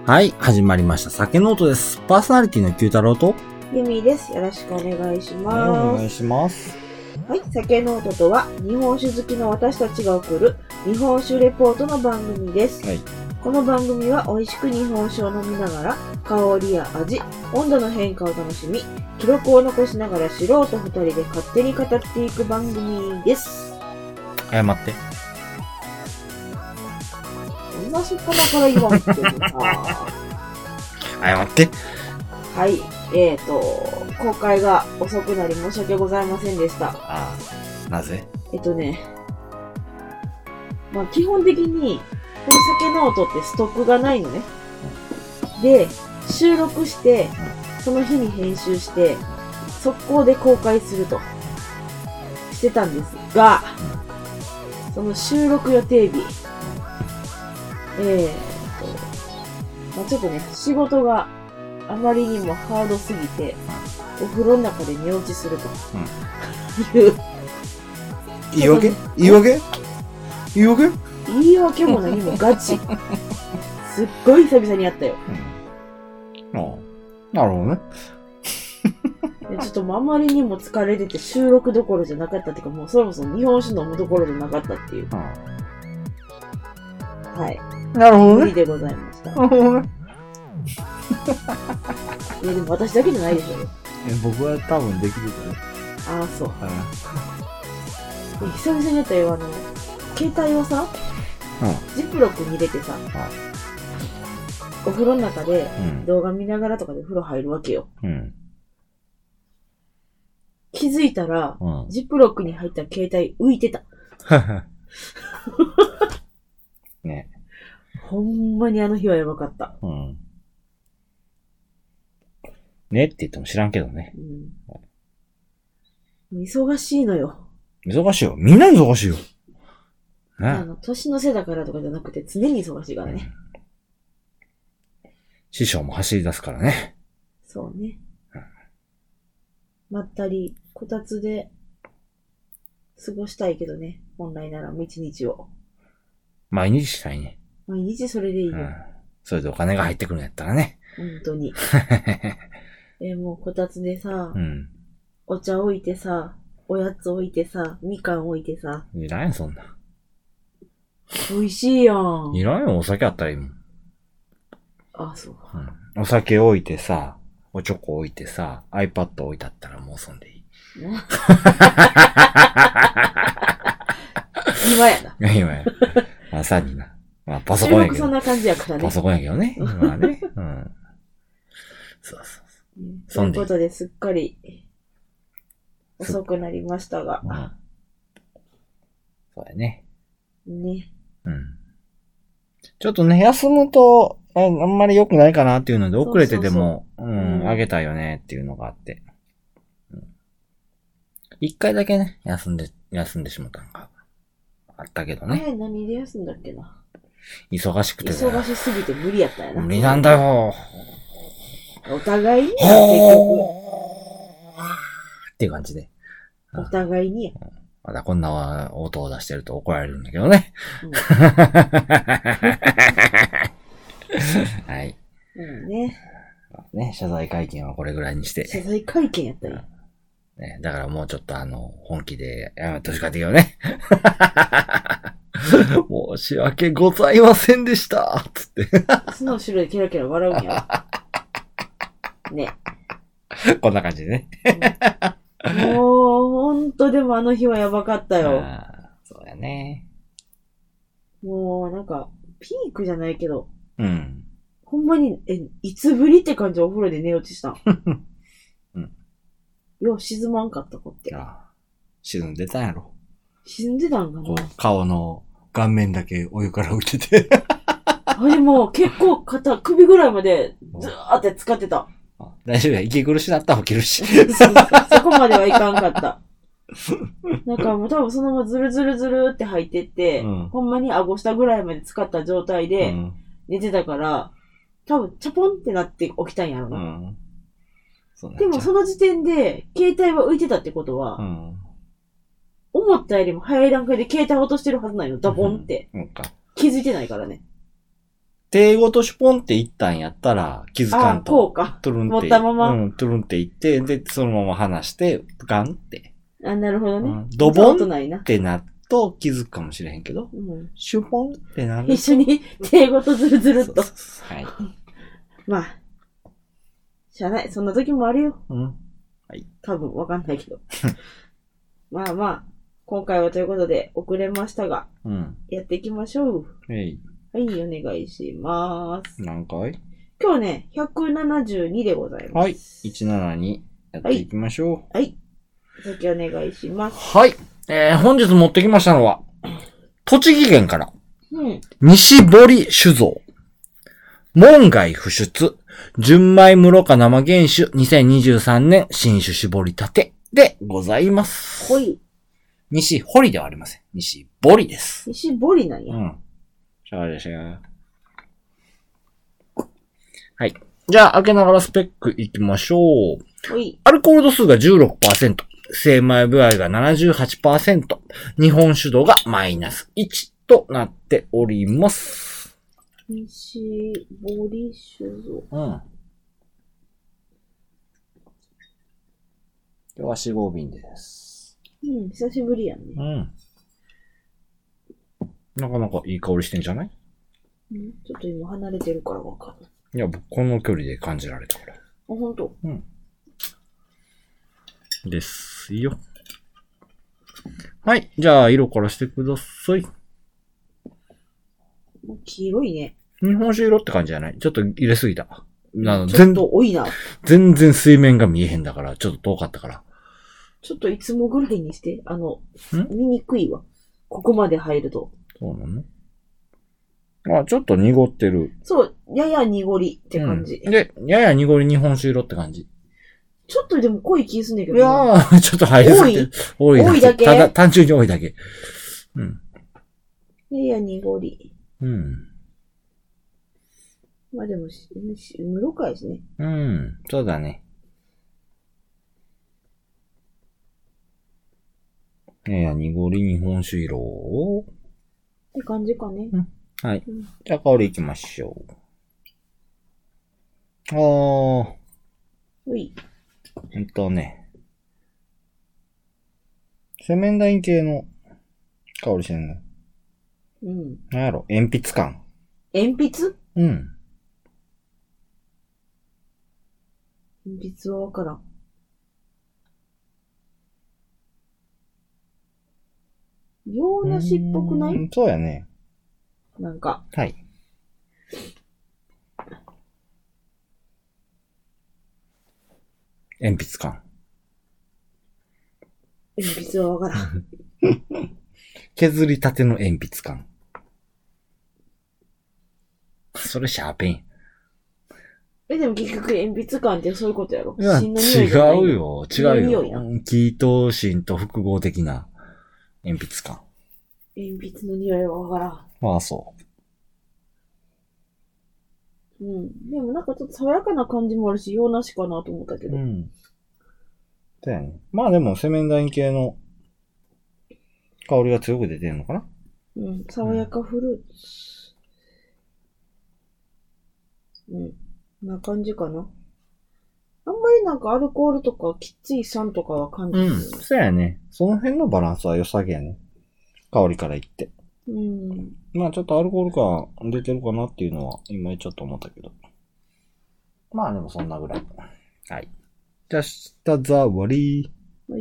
はい、始まりました。酒ノートです。パーソナリティの九太郎とゆみです。よろしくお願いします。 お願いします。 はい、酒ノートとは日本酒好きの私たちが送る日本酒レポートの番組です。 はい、 この番組は美味しく日本酒を飲みながら香りや味、温度の変化を楽しみ、記録を残しながら素人2人で勝手に語っていく番組です。 謝って。 そんなしっぱなから言わんけどさ。 謝って。 はい、公開が遅くなり申し訳ございませんでした。 ああ、なぜ？ まあ基本的にこの酒ノートってストックがないのね。で、収録して、その日に編集して、速攻で公開するとしてたんですが、その収録予定日、まあ、ちょっとね、仕事があまりにもハードすぎて、お風呂の中で寝落ちするという。 言い訳？言い訳？言い訳？ 言い訳も何もガチ。すっごい久々にやったよ。 ああ、なるほどね。 ちょっともうあまりにも疲れてて収録どころじゃなかったっていうか、もうそもそも日本酒飲むどころじゃなかったっていう。はい。 なるほどね。 無理でございました。 なるほどね。 いやでも私だけじゃないでしょ。 僕は多分できるから。 ああ、そう。久々にやったよ、携帯をさ、ジップロックに入れてさ、お風呂の中で動画見ながらとかで風呂入るわけよ。気づいたら、ジップロックに入った携帯浮いてた。 ね。 ほんまにあの日はやばかった。 ねって言っても知らんけどね。 忙しいのよ。 忙しいよ。みんな忙しいよ。ね。 年の瀬だからとかじゃなくて常に忙しいからね。 師匠も走り出すからね。 そうね。まったり、こたつで過ごしたいけどね。本来なら一日を。 毎日したいね。 毎日それでいいよ。 それでお金が入ってくるんやったらね。 本当に。もうこたつでさ、お茶置いてさ、おやつ置いてさ、みかん置いてさ。 いらんよ、そんな。 美味しいやん。 いらんよ、お酒あったらいいもん。 あ、そう。 お酒置いてさ、おチョコ置いてさ、iPad 置いてあったらもうそんでいい。 今やな。 今や。まさにな。まあ、パソコンやけど。 そんな感じやからね。 パソコンやけどね。まあね。そうそうそう。ということですっかり遅くなりましたが。 そうやね。 ね。 ちょっとね、休むと、あんまり良くないかなっていうので、遅れてでも、あげたいよねっていうのがあって。一回だけね、休んでしまったのがあったけどね。 何で休んだっけな。 忙しくて忙しすぎて無理やったやな。 無理なんだよ。 お互いにや、結局。 っていう感じで。 お互いにや。 まだこんな音を出してると怒られるんだけどね。はい。ね、謝罪会見はこれぐらいにして。 謝罪会見やったよ。 ね、だからもうちょっと本気でやめてほしかったけどね。申し訳ございませんでしたつって。 その後ろでキラキラ笑うんや。ね。 こんな感じでね。 もう、ほんとでもあの日はやばかったよ。 そうやね。 もう、なんか、ピークじゃないけど。ほんまに、いつぶりって感じでお風呂で寝落ちしたん。よう沈まんかった子って。 沈んでたんやろ。 沈んでたんかな。 顔の顔面だけお湯から浮いてて。 あれも結構首ぐらいまでずーって使ってた。 大丈夫や。息苦しなったら起きるし。 そこまではいかんかった。なんかもう多分そのままズルズルズルって入ってって、ほんまに顎下ぐらいまで使った状態で寝てたから、多分チャポンってなって起きたんやろな。でもその時点で携帯は浮いてたってことは、思ったよりも早い段階で携帯落としてるはずなんよ。ダボンって。気づいてないからね。 手ごとシュポンっていったんやったら気づかんと。 こうか。 トゥルンって。 持ったまま。 トゥルンっていって、で、そのまま離して、ガンって。 なるほどね。 ドボンってなっと気づくかもしれへんけど、シュポンってなる。 一緒に手ごとずるずるっと。はい。まあ、しゃあない。そんな時もあるよ。はい。多分わかんないけど。まあまあ、今回はということで遅れましたが、やっていきましょう。はい、お願いします。 何回？ 今日ね、172でございます。 はい。172やっていきましょう。はい。先お願いします。 はい。本日持ってきましたのは、栃木県から、西堀酒造、門外不出、純米室賀生原酒2023年新酒搾りたてでございます。 ほい。 西堀ではありません。西堀です。 西堀なんや。 そうですよ。はい。じゃあ、開けながらスペックいきましょう。 ほい。 アルコール度数が 16%。精米部合が 78%。日本酒度がマイナス1となっております。 西堀酒造。 今日は4合瓶です。 久しぶりやね。 なかなかいい香りしてんじゃない？ ちょっと今離れてるからわかんない。 いや、僕この距離で感じられたから。 ほんと？ ですよ。はい。じゃあ、色からしてください。 黄色いね。 日本酒色って感じじゃない？ちょっと入れすぎた。 ちょっと多いな。 全然水面が見えへんだから、ちょっと遠かったから。 ちょっといつもぐらいにして、見にくいわ。ここまで入ると。 そうなの？ちょっと濁ってる。 そう、やや濁りって感じ。 で、やや濁り日本酒色って感じ。 ちょっとでも濃い気すんねんけど。 いやー、ちょっと入りすぎて。多いだけ。ただ、単純に多いだけ。 やや濁り。まあでも、無ろかいしね。 そうだね。やや濁り日本酒色って感じかね。 はい。じゃあ香りいきましょう。 い。 洗面台系の香りしてんの。なんやろ、鉛筆感。 鉛筆？鉛筆はわからん。洋梨っぽくない？ そうやね。 なんか。 はい。鉛筆感。 鉛筆はわからん。 削りたての鉛筆感。それシャーペン。 でも結局鉛筆感ってそういうことやろ？ いや、違うよ。気と芯と複合的な鉛筆感。 鉛筆の匂いはわからん。 まあそう。 でもなんかちょっと爽やかな感じもあるし、洋梨かなと思ったけど。 だよね。まあでも、洗面台系の香りが強く出てるのかな？ 爽やかフルーツ。な感じかな。あんまりなんかアルコールとかきつい酸とかは感じない。 そうやね。その辺のバランスは良さげやね。香りから言って。まあちょっとアルコール感出てるかなっていうのは今ちょっと思ったけど。まあでもそんなぐらい。はい。じゃあ、舌触り。はい。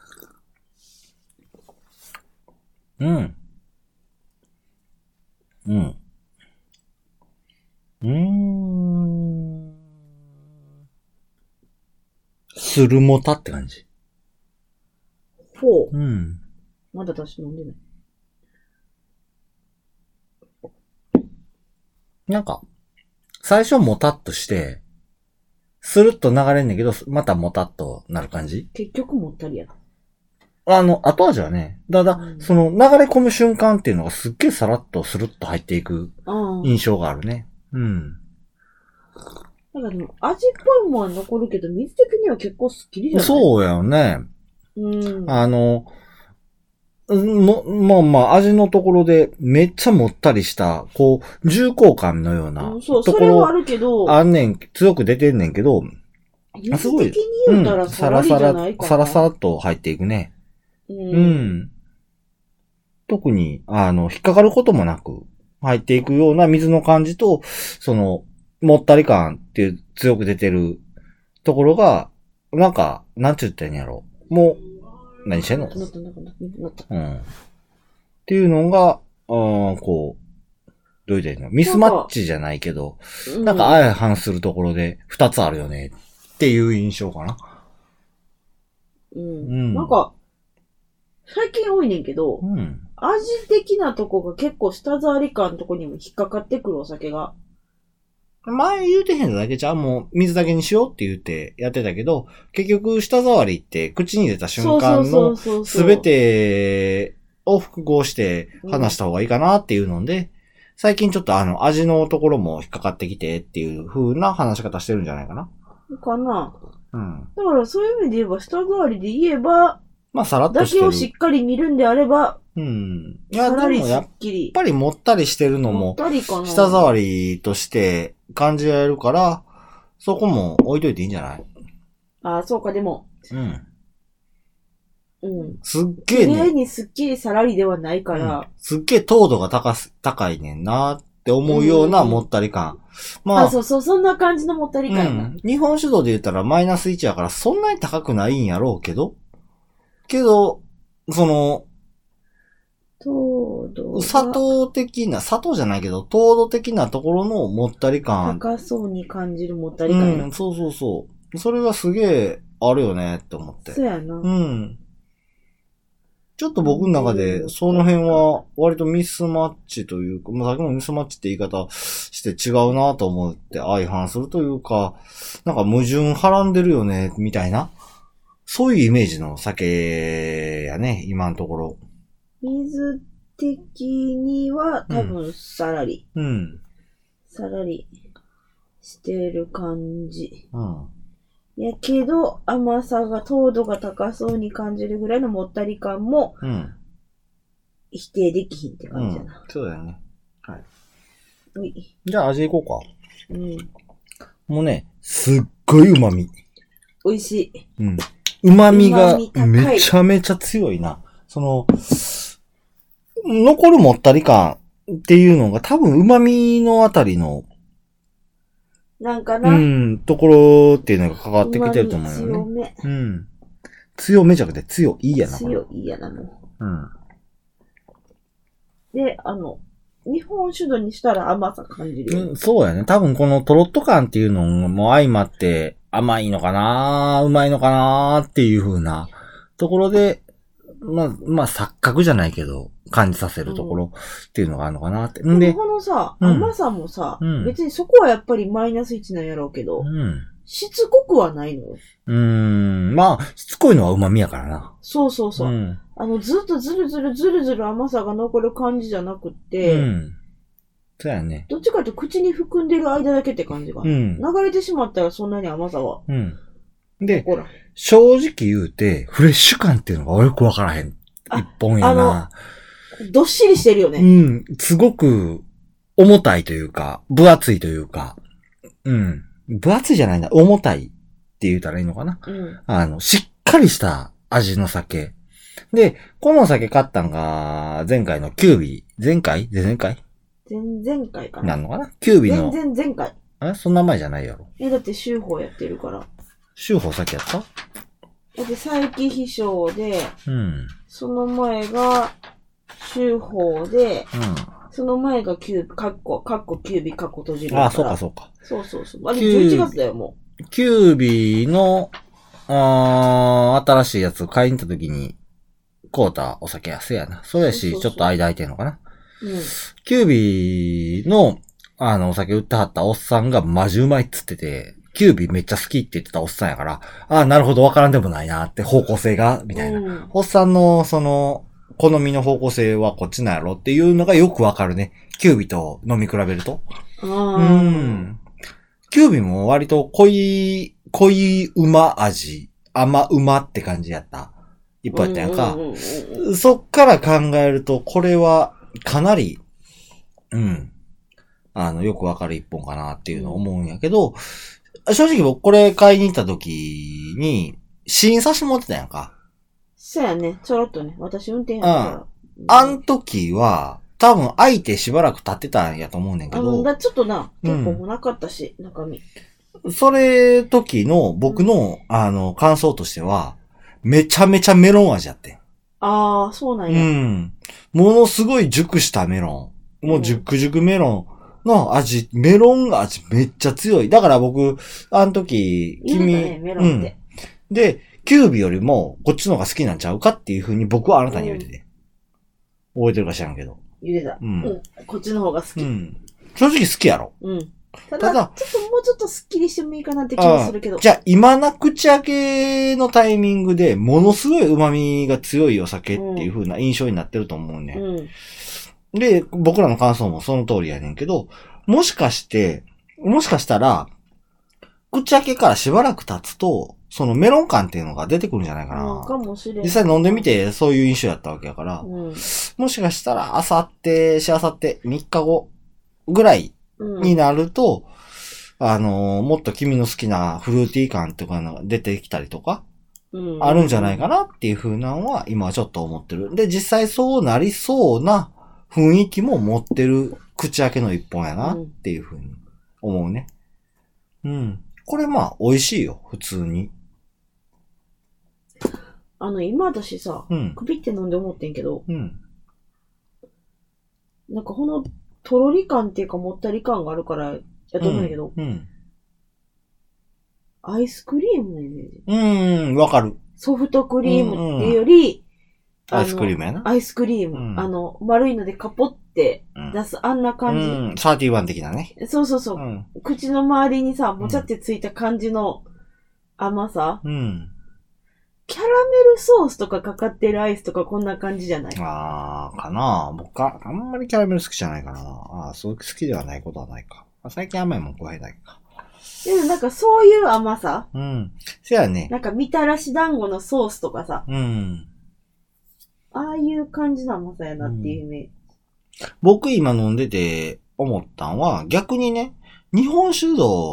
スルモタって感じ。 まだ私飲んでない。 なんか、最初もたっとして、スルッと流れんねんけど、またもたっとなる感じ？ 結局もったりやな。 後味はね、その流れ込む瞬間っていうのがすっげえさらっとスルッと入っていく印象があるね。 なんかでも味っぽいものは残るけど、水的には結構スッキリじゃない？ そうやよね。 まあ、味のところでめっちゃもったりした、こう、重厚感のような、 そう、それはあるけど、 強く出てんねんけど、 すごい、的に言うたらサラリじゃないかな。 サラサラっと入っていくね。特に、引っかかることもなく入っていくような水の感じと、もったり感っていう強く出てるところが、なんか、なんちゅってんやろ。もう、何してんの？っていうのが、こう、どう言ったらいいの？ミスマッチじゃないけど、なんか相反するところで二つあるよねっていう印象かな。 なんか、最近多いねんけど、味的なとこが結構舌触り感のとこにも引っかかってくるお酒が。 前言うてへんだけじゃもう水だけにしようって言ってやってたけど、結局舌触りって口に入れた瞬間のすべてを複合して話した方がいいかなっていうので、最近ちょっと味のところも引っかかってきてっていう風な話し方してるんじゃないかな。 かな。だからそういう意味で言えば舌触りで言えば、 まあさらっとしてる。 だけをしっかり見るんであれば、 いや、でもやっぱりもったりしてるのも、舌触りとして感じられるから、そこも置いといていいんじゃない？ ああ、そうか、でも。 すっげえね。 綺麗にすっきりさらりではないから。 すっげえ糖度が高いねんなって思うようなもったり感。 まあ、そんな感じのもったり感。 日本酒度で言ったらマイナス1やからそんなに高くないんやろうけど、砂糖じゃないけど、糖度的なところのもったり感。 高そうに感じるもったり感。 そう。それがすげえあるよねって思って。 そうやな。 ちょっと僕の中で、その辺は割とミスマッチというか、さっきもミスマッチって言い方して違うなと思って相反するというか、なんか矛盾はらんでるよね、みたいな。そういうイメージの酒やね、今のところ。 水的には多分さらり。さらりしてる感じ。やけど、甘さが、糖度が高そうに感じるぐらいのもったり感も、否定できひんって感じだな。 そうだよね。はい。じゃあ味いこうか。もうね、すっごい旨味。 美味しい。 旨味がめちゃめちゃ強いな。残るもったり感っていうのが多分旨味のあたりの、 なんかな。 ところっていうのが関わってきてると思うよね。強め。強めじゃなくて強いやな。 強いやな、もう。で、日本酒度にしたら甘さ感じる。 そうやね。多分このトロッと感っていうのも相まって甘いのかな、うまいのかなっていう風なところで、まあ錯覚じゃないけど、感じさせるところっていうのがあるのかなって。 で、このさ、甘さもさ、別にそこはやっぱりマイナス1なんやろうけど、しつこくはないのよ。 まあ、しつこいのは旨味やからな。 そう。ずっとずるずる甘さが残る感じじゃなくって、 そうやね。 どっちかというと口に含んでる間だけって感じが。流れてしまったらそんなに甘さは。 で、正直言うて、フレッシュ感っていうのがよくわからへん。一本やな。 どっしりしてるよね。 すごく重たいというか、分厚いというか、分厚いじゃないな、重たいって言ったらいいのかな。しっかりした味の酒。で、この酒買ったんが、前回のキュービー、前々回かな。 なんのかなキュービーの。 前回。 そんな前じゃないやろ。 だって修法やってるから。 修法先やった？ だって佐伯秘書で、その前が修法で、その前がキュービ、カッコキュービ、カッコ閉じるから。 そうか。 そう。あれ11月だよ、もう。キュービーの、新しいやつを買いに行った時に、買うたお酒やせやな。それやし、ちょっと間空いてんのかな。キュービーの、お酒売ってはったおっさんがマジうまいっつってて、キュービーめっちゃ好きって言ってたおっさんやから、なるほど、わからんでもないなって、方向性が、みたいな。おっさんの、好みの方向性はこっちなんやろっていうのがよくわかるね。キュービーと飲み比べると。キュービーも割と濃い馬味、甘馬って感じやった。いっぱいやったやんか。 そっから考えると、これはかなり、よくわかる一本かなっていうのを思うんやけど、正直僕これ買いに行った時に、試飲させてもらってたやんか。 そうやね。ちょろっとね。私運転やったから。 あん時は、多分空いてしばらく経ってたんやと思うねんけど。 ちょっとな、結構もなかったし、中身。 それ時の僕の、感想としては、めちゃめちゃメロン味やってん。 ああ、そうなんや。 ものすごい熟したメロン。もう熟メロンの味、メロン味めっちゃ強い。だから僕、あの時、 ね、メロンって。 で、キュービよりもこっちの方が好きなんちゃうかっていう風に僕はあなたに言うてて。覚えてるか知らんけど。 言うてた。こっちの方が好き。 正直好きやろ。 ただ、ちょっともうちょっとスッキリしてもいいかなって気がするけど。 じゃあ、今な口開けのタイミングで、ものすごい旨味が強いお酒っていう風な印象になってると思うね。で、僕らの感想もその通りやねんけど、もしかしたら、口開けからしばらく経つと、そのメロン感っていうのが出てくるんじゃないかな。 かもしれん。 実際飲んでみてそういう印象やったわけやから、もしかしたらしあさって3日後ぐらいになると、もっと君の好きなフルーティー感とかが出てきたりとか、あるんじゃないかなっていう風なのは今はちょっと思ってる。で、実際そうなりそうな雰囲気も持ってる口開けの一本やなっていう風に思うね。これまあ美味しいよ、普通に。 今私さ、首って飲んで思ってんけど、なんかこのとろり感っていうかもったり感があるからやと思うんだけど、アイスクリームのイメージ。わかる。 ソフトクリームっていうより、 アイスクリームやな。 アイスクリーム。丸いのでカポって出す、あんな感じ。 31的なね。 そう。口の周りにさ、もちゃってついた感じの甘さ。キャラメルソースとかかかってるアイスとかこんな感じじゃない？ かな。僕はあんまりキャラメル好きじゃないかな。そう好きではないことはないか。最近甘いもん食えないか。 でもなんかそういう甘さ。 せやね。 なんかみたらし団子のソースとかさ。ああいう感じの甘さやなっていうイメージ。 僕今飲んでて思ったんは、逆にね、日本酒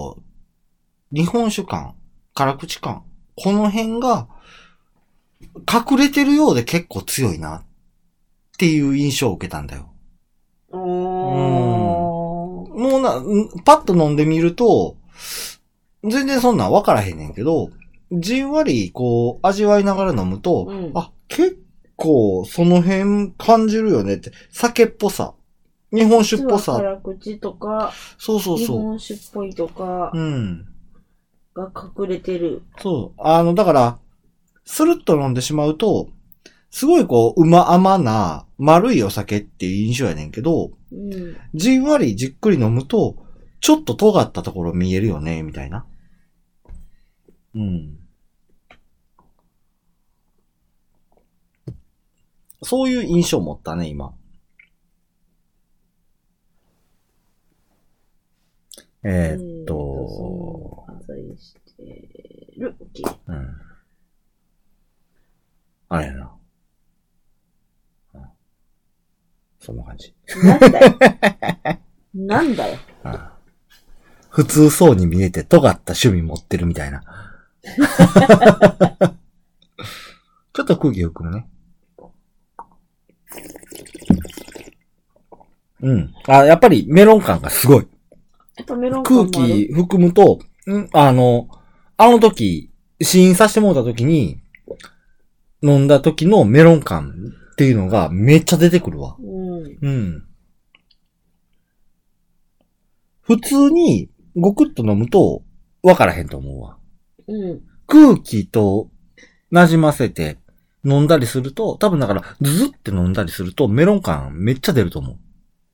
感、辛口感、この辺が隠れてるようで結構強いなっていう印象を受けたんだよ。もうパッと飲んでみると、全然そんなん分からへんねんけど、じんわりこう味わいながら飲むと、結構その辺感じるよねって、酒っぽさ、日本酒っぽさ。 辛口とか、 そう。 日本酒っぽいとか、が隠れてる。 そう。だから、スルッと飲んでしまうと、すごいこう、甘な、丸いお酒っていう印象やねんけど、じんわりじっくり飲むと、ちょっと尖ったところ見えるよね、みたいな。そういう印象を持ったね、今。 謝罪してる。 あれやな。そんな感じ。 なんだよ。 普通そうに見えて尖った趣味持ってるみたいな。ちょっと空気含むね。やっぱりメロン感がすごい。空気含むと、あの時、試飲させてもらった時に、飲んだ時のメロン感っていうのがめっちゃ出てくるわ。普通にごくっと飲むと分からへんと思うわ。空気と馴染ませて飲んだりすると、多分だからズズって飲んだりするとメロン感めっちゃ出ると思う。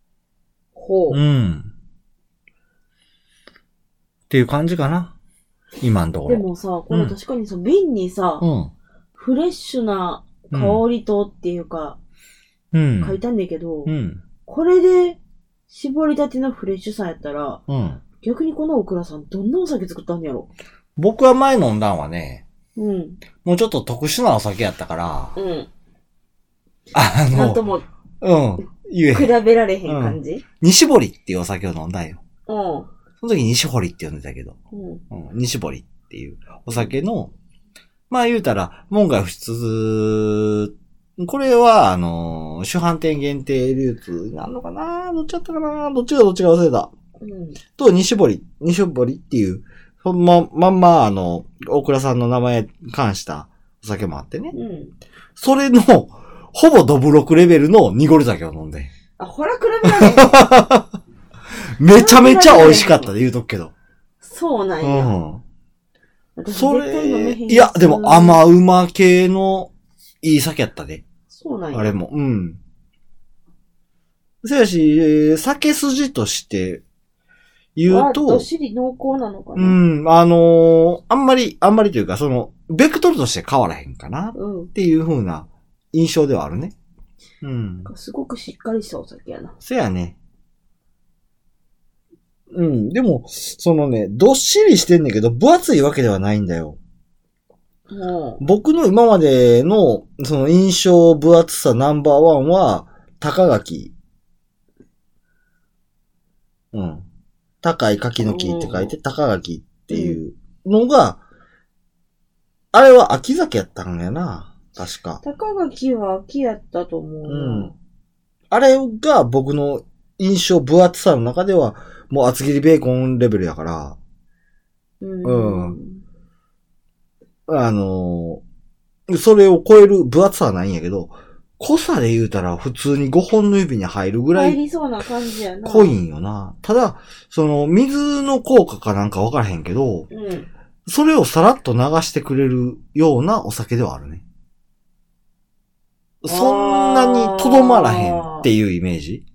っていう感じかな。今のところ。 でもさ、これ確かにさ、瓶にさ、フレッシュな香りとっていうか、書いたんだけど、これで絞りたてのフレッシュさやったら、逆にこのオクラさんどんなお酒作ったんやろ？ 僕は前飲んだんはね、もうちょっと特殊なお酒やったから、 なんとも、 言え。 比べられへん感じ、 西堀っていうお酒を飲んだよ。 その時西堀って呼んでたけど。西堀っていうお酒の、まあ言うたら、門外不出、これは、主販店限定流通になるのかな、どっちだったかな、どっちが忘れた。と、西堀っていう、まんま、大倉さんの名前関したお酒もあってね。それの、ほぼドブロクレベルの濁り酒を飲んで。 ほら比べられへん。 めちゃめちゃ美味しかったで言うとくけど。 そうなんや。 それ、いや、でも甘うま系のいい酒やったで。 そうなんや。 あれも。せやし、酒筋として言うと。 どっしり濃厚なのかな。 あんまりというか、ベクトルとして変わらへんかな。っていう風な印象ではあるね。 すごくしっかりしたお酒やな。 せやね。でも、どっしりしてんねんけど、分厚いわけではないんだよ。僕の今までの、印象分厚さナンバーワンは、高垣。高い柿の木って書いて、高垣っていうのが、あれは秋酒やったんやな。確か。 高垣は秋やったと思う。 あれが僕の印象分厚さの中では、もう厚切りベーコンレベルやから。それを超える分厚さはないんやけど、濃さで言うたら普通に5本の指に入るぐらい。 入りそうな感じやな。 濃いんよな。ただ、水の効果かなんかわからへんけど、それをさらっと流してくれるようなお酒ではあるね。そんなにとどまらへんっていうイメージ。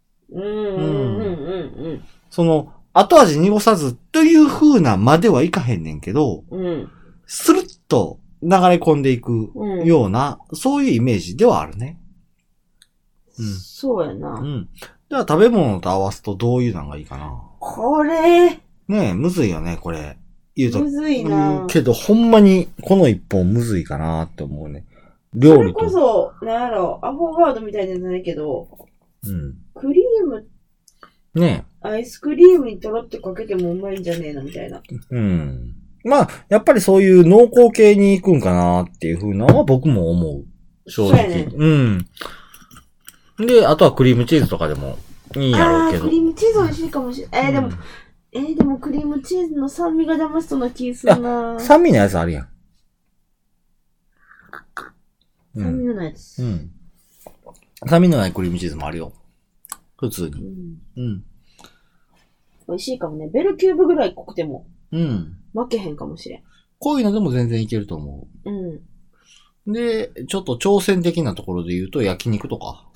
後味濁さずという風なまではいかへんねんけど、スルッと流れ込んでいくような、そういうイメージではあるね。 そうやな。 じゃあ食べ物と合わすとどういうのがいいかな。 これねえ、むずいよね、これ。言うと。 むずいな。 けど、ほんまにこの一本むずいかなって思うね。料理と。 それこそ、なんやろ、アフォガードみたいじゃないけど、クリーム、 ねえ。アイスクリームにとろってかけてもうまいんじゃねえのみたいな。 まあ、やっぱりそういう濃厚系に行くんかなっていう風なのは僕も思う。正直。で、あとはクリームチーズとかでもいいんやろうけど。 クリームチーズ美味しいかもしれない。でもクリームチーズの酸味が邪魔しそうな気するな。 酸味のやつあるやん。 酸味のないやつ。 酸味のないクリームチーズもあるよ。普通に。 美味しいかもね。ベルキューブぐらい濃くても。負けへんかもしれん。 こういうのでも全然いけると思う。で、ちょっと挑戦的なところで言うと焼肉とか。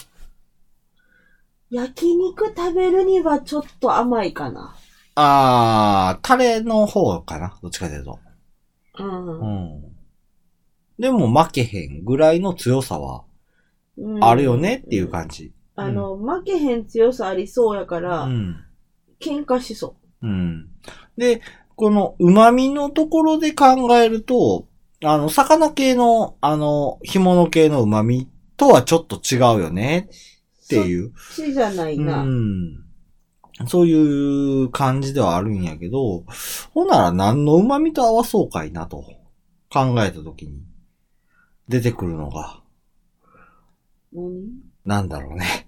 焼肉食べるにはちょっと甘いかな。 タレの方かな。どっちかというと。でも負けへんぐらいの強さはあるよねっていう感じ。 負けへん強さありそうやから、喧嘩しそう。 で、この旨味のところで考えると、魚系の、干物系の旨味とはちょっと違うよねっていう。 そっちじゃないな。 そういう感じではあるんやけど、ほんなら何の旨味と合わそうかいなと考えたときに出てくるのが、なんだろうね。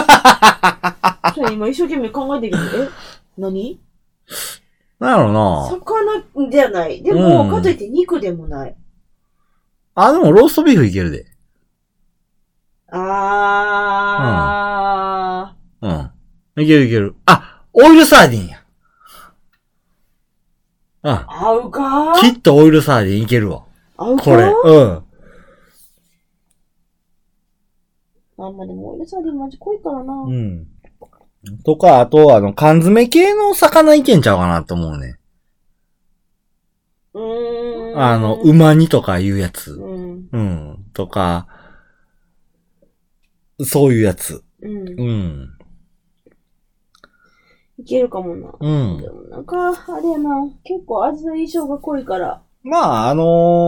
今一生懸命考えてるけど、何なんやろうな。 魚じゃない。でも、かといって肉でもない。 でもローストビーフいけるで。いけるいける。オイルサーディンや。 合うかきっとオイルサーディンいけるわ。 合うかこれ。 でもオイルサーディンマジ濃いからな。 とか、あと、缶詰系の魚いけんちゃうかなと思うね。うま煮とかいうやつ。とか、そういうやつ。 いけるかもな。でもなんか、あれやな。結構味の印象が濃いから。 まあ、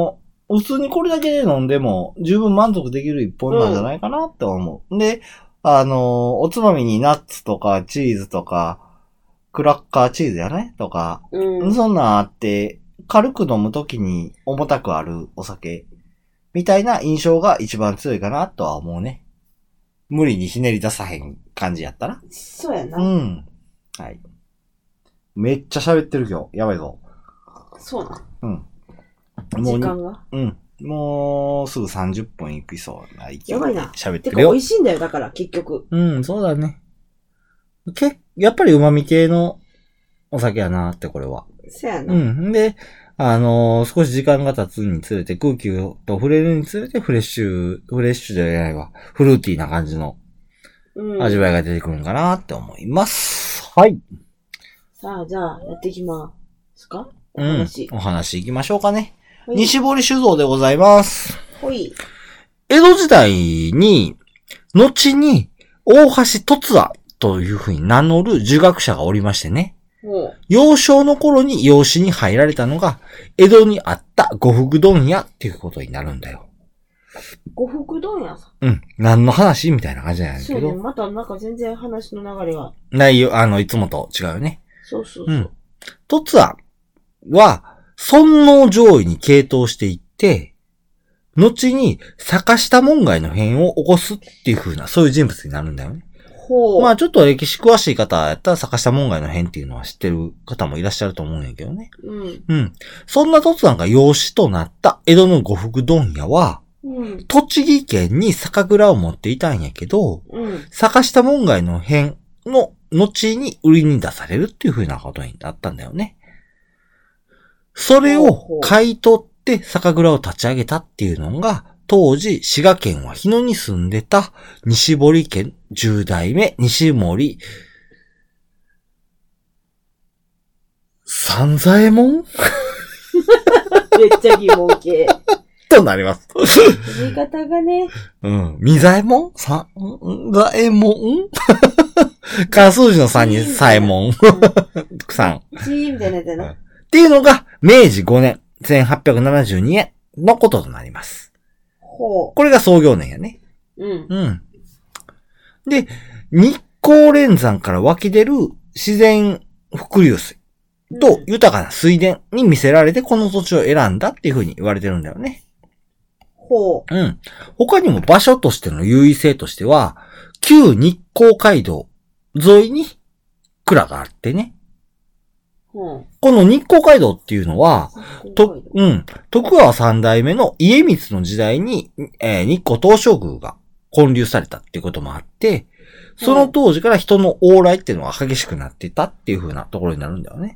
普通にこれだけで飲んでも十分満足できる一本なんじゃないかなって思う。で、おつまみにナッツとかチーズとか、クラッカーチーズやねとか、そんなんあって、軽く飲むときに重たくあるお酒、みたいな印象が一番強いかなとは思うね。無理にひねり出さへん感じやったら。 そうやな。 うん。はい。めっちゃ喋ってる今日。やばいぞ。 そうな。 うん。 時間がうん。もうすぐ30分いきそうな勢いで喋ってるよ。 やばいな。てか美味しいんだよ、だから結局。 うん、そうだね。やっぱり旨味系のお酒やなって、これは。 そうやな。 うん。で、少し時間が経つにつれて、空気と触れるにつれてフレッシュじゃないわ。フルーティーな感じの味わいが出てくるんかなって思います。はい。 さあ、じゃあ、やっていきますか？ お話行きましょうかね。 はい、 西堀酒造でございます。 ほい。 江戸時代に、後に、大橋突也というふうに名乗る儒学者がおりましてね。幼少の頃に養子に入られたのが、江戸にあった呉服問屋っていうことになるんだよ。 呉服問屋さん？うん。何の話みたいな感じじゃないけど。 そうね。またなんか全然話の流れが。 ないよ。いつもと違うよね。 そうそうそう。うん。 突也は、尊王攘夷に傾倒していって、後に坂下門外の変を起こすっていう風な、そういう人物になるんだよね。まあちょっと歴史詳しい方やったら坂下門外の変っていうのは知ってる方もいらっしゃると思うんやけどね。うん。そんな突然が養子となった江戸の呉服問屋は、栃木県に酒蔵を持っていたんやけど、坂下門外の変の後に売りに出されるっていう風なことになったんだよね。それを買い取って酒蔵を立ち上げたっていうのが、当時、滋賀県は日野に住んでた西堀家10代目西森三左衛門めっちゃ疑問系。 となります。 言い方がね。 うん。三左衛門三左衛門漢数字の3に左衛門。3。 みたいなやつやな。 っていうのが、明治5年、1872年のこととなります。これが創業年やね。うん。で、日光連山から湧き出る自然伏流水と豊かな水田に見せられてこの土地を選んだっていう風に言われてるんだよね。うん。他にも場所としての優位性としては、旧日光街道沿いに蔵があってね。この日光街道っていうのは、徳川三代目の家光の時代に、日光東照宮が建立されたっていうこともあって、その当時から人の往来っていうのが激しくなっていたっていう風なところになるんだよね。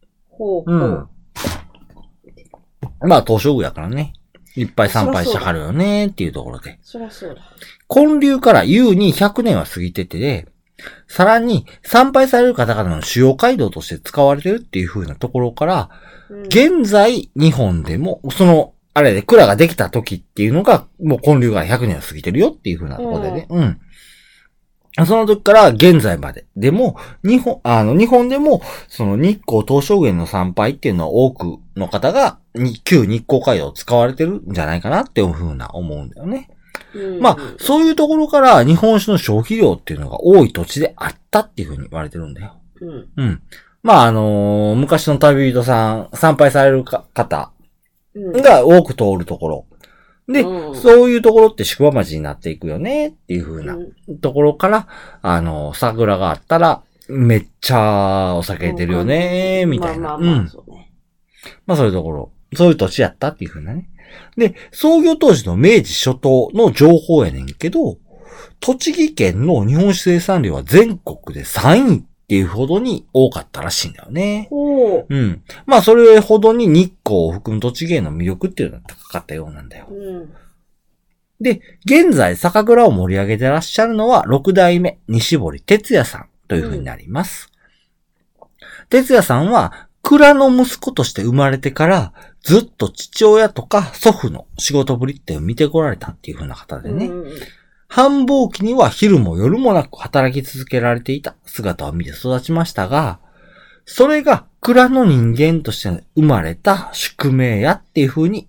まあ東照宮やからね。いっぱい参拝してはるよねっていうところで。 そりゃそうだ。 建立から優に100年は過ぎてて、さらに参拝される方々の主要街道として使われてるっていう風なところから、現在日本でも、あれで蔵ができた時っていうのが、もう建立が100年を過ぎてるよっていう風なところでね。その時から現在まで。でも、日本でも、その日光東照宮の参拝っていうのは多くの方が、旧日光街道を使われてるんじゃないかなっていう風な思うんだよね。まあ、そういうところから日本酒の消費量っていうのが多い土地であったっていうふうに言われてるんだよ。まあ、昔の旅人さん、参拝される方が多く通るところ。で、そういうところって宿場町になっていくよねっていうふうなところから、桜があったら、めっちゃお酒出るよねみたいな。まあ、そういうところ、そういう土地やったっていうふうなね。で、創業当時の明治初頭の情報やねんけど、栃木県の日本酒生産量は全国で3位っていうほどに多かったらしいんだよね。まあ、それほどに日光を含む栃木県の魅力っていうのは高かったようなんだよ。で、現在酒蔵を盛り上げてらっしゃるのは6代目西堀哲也さんというふうになります。哲也さんは蔵の息子として生まれてから、ずっと父親とか祖父の仕事ぶりって見てこられたっていう風な方でね。繁忙期には昼も夜もなく働き続けられていた姿を見て育ちましたが、それが蔵の人間として生まれた宿命やっていう風に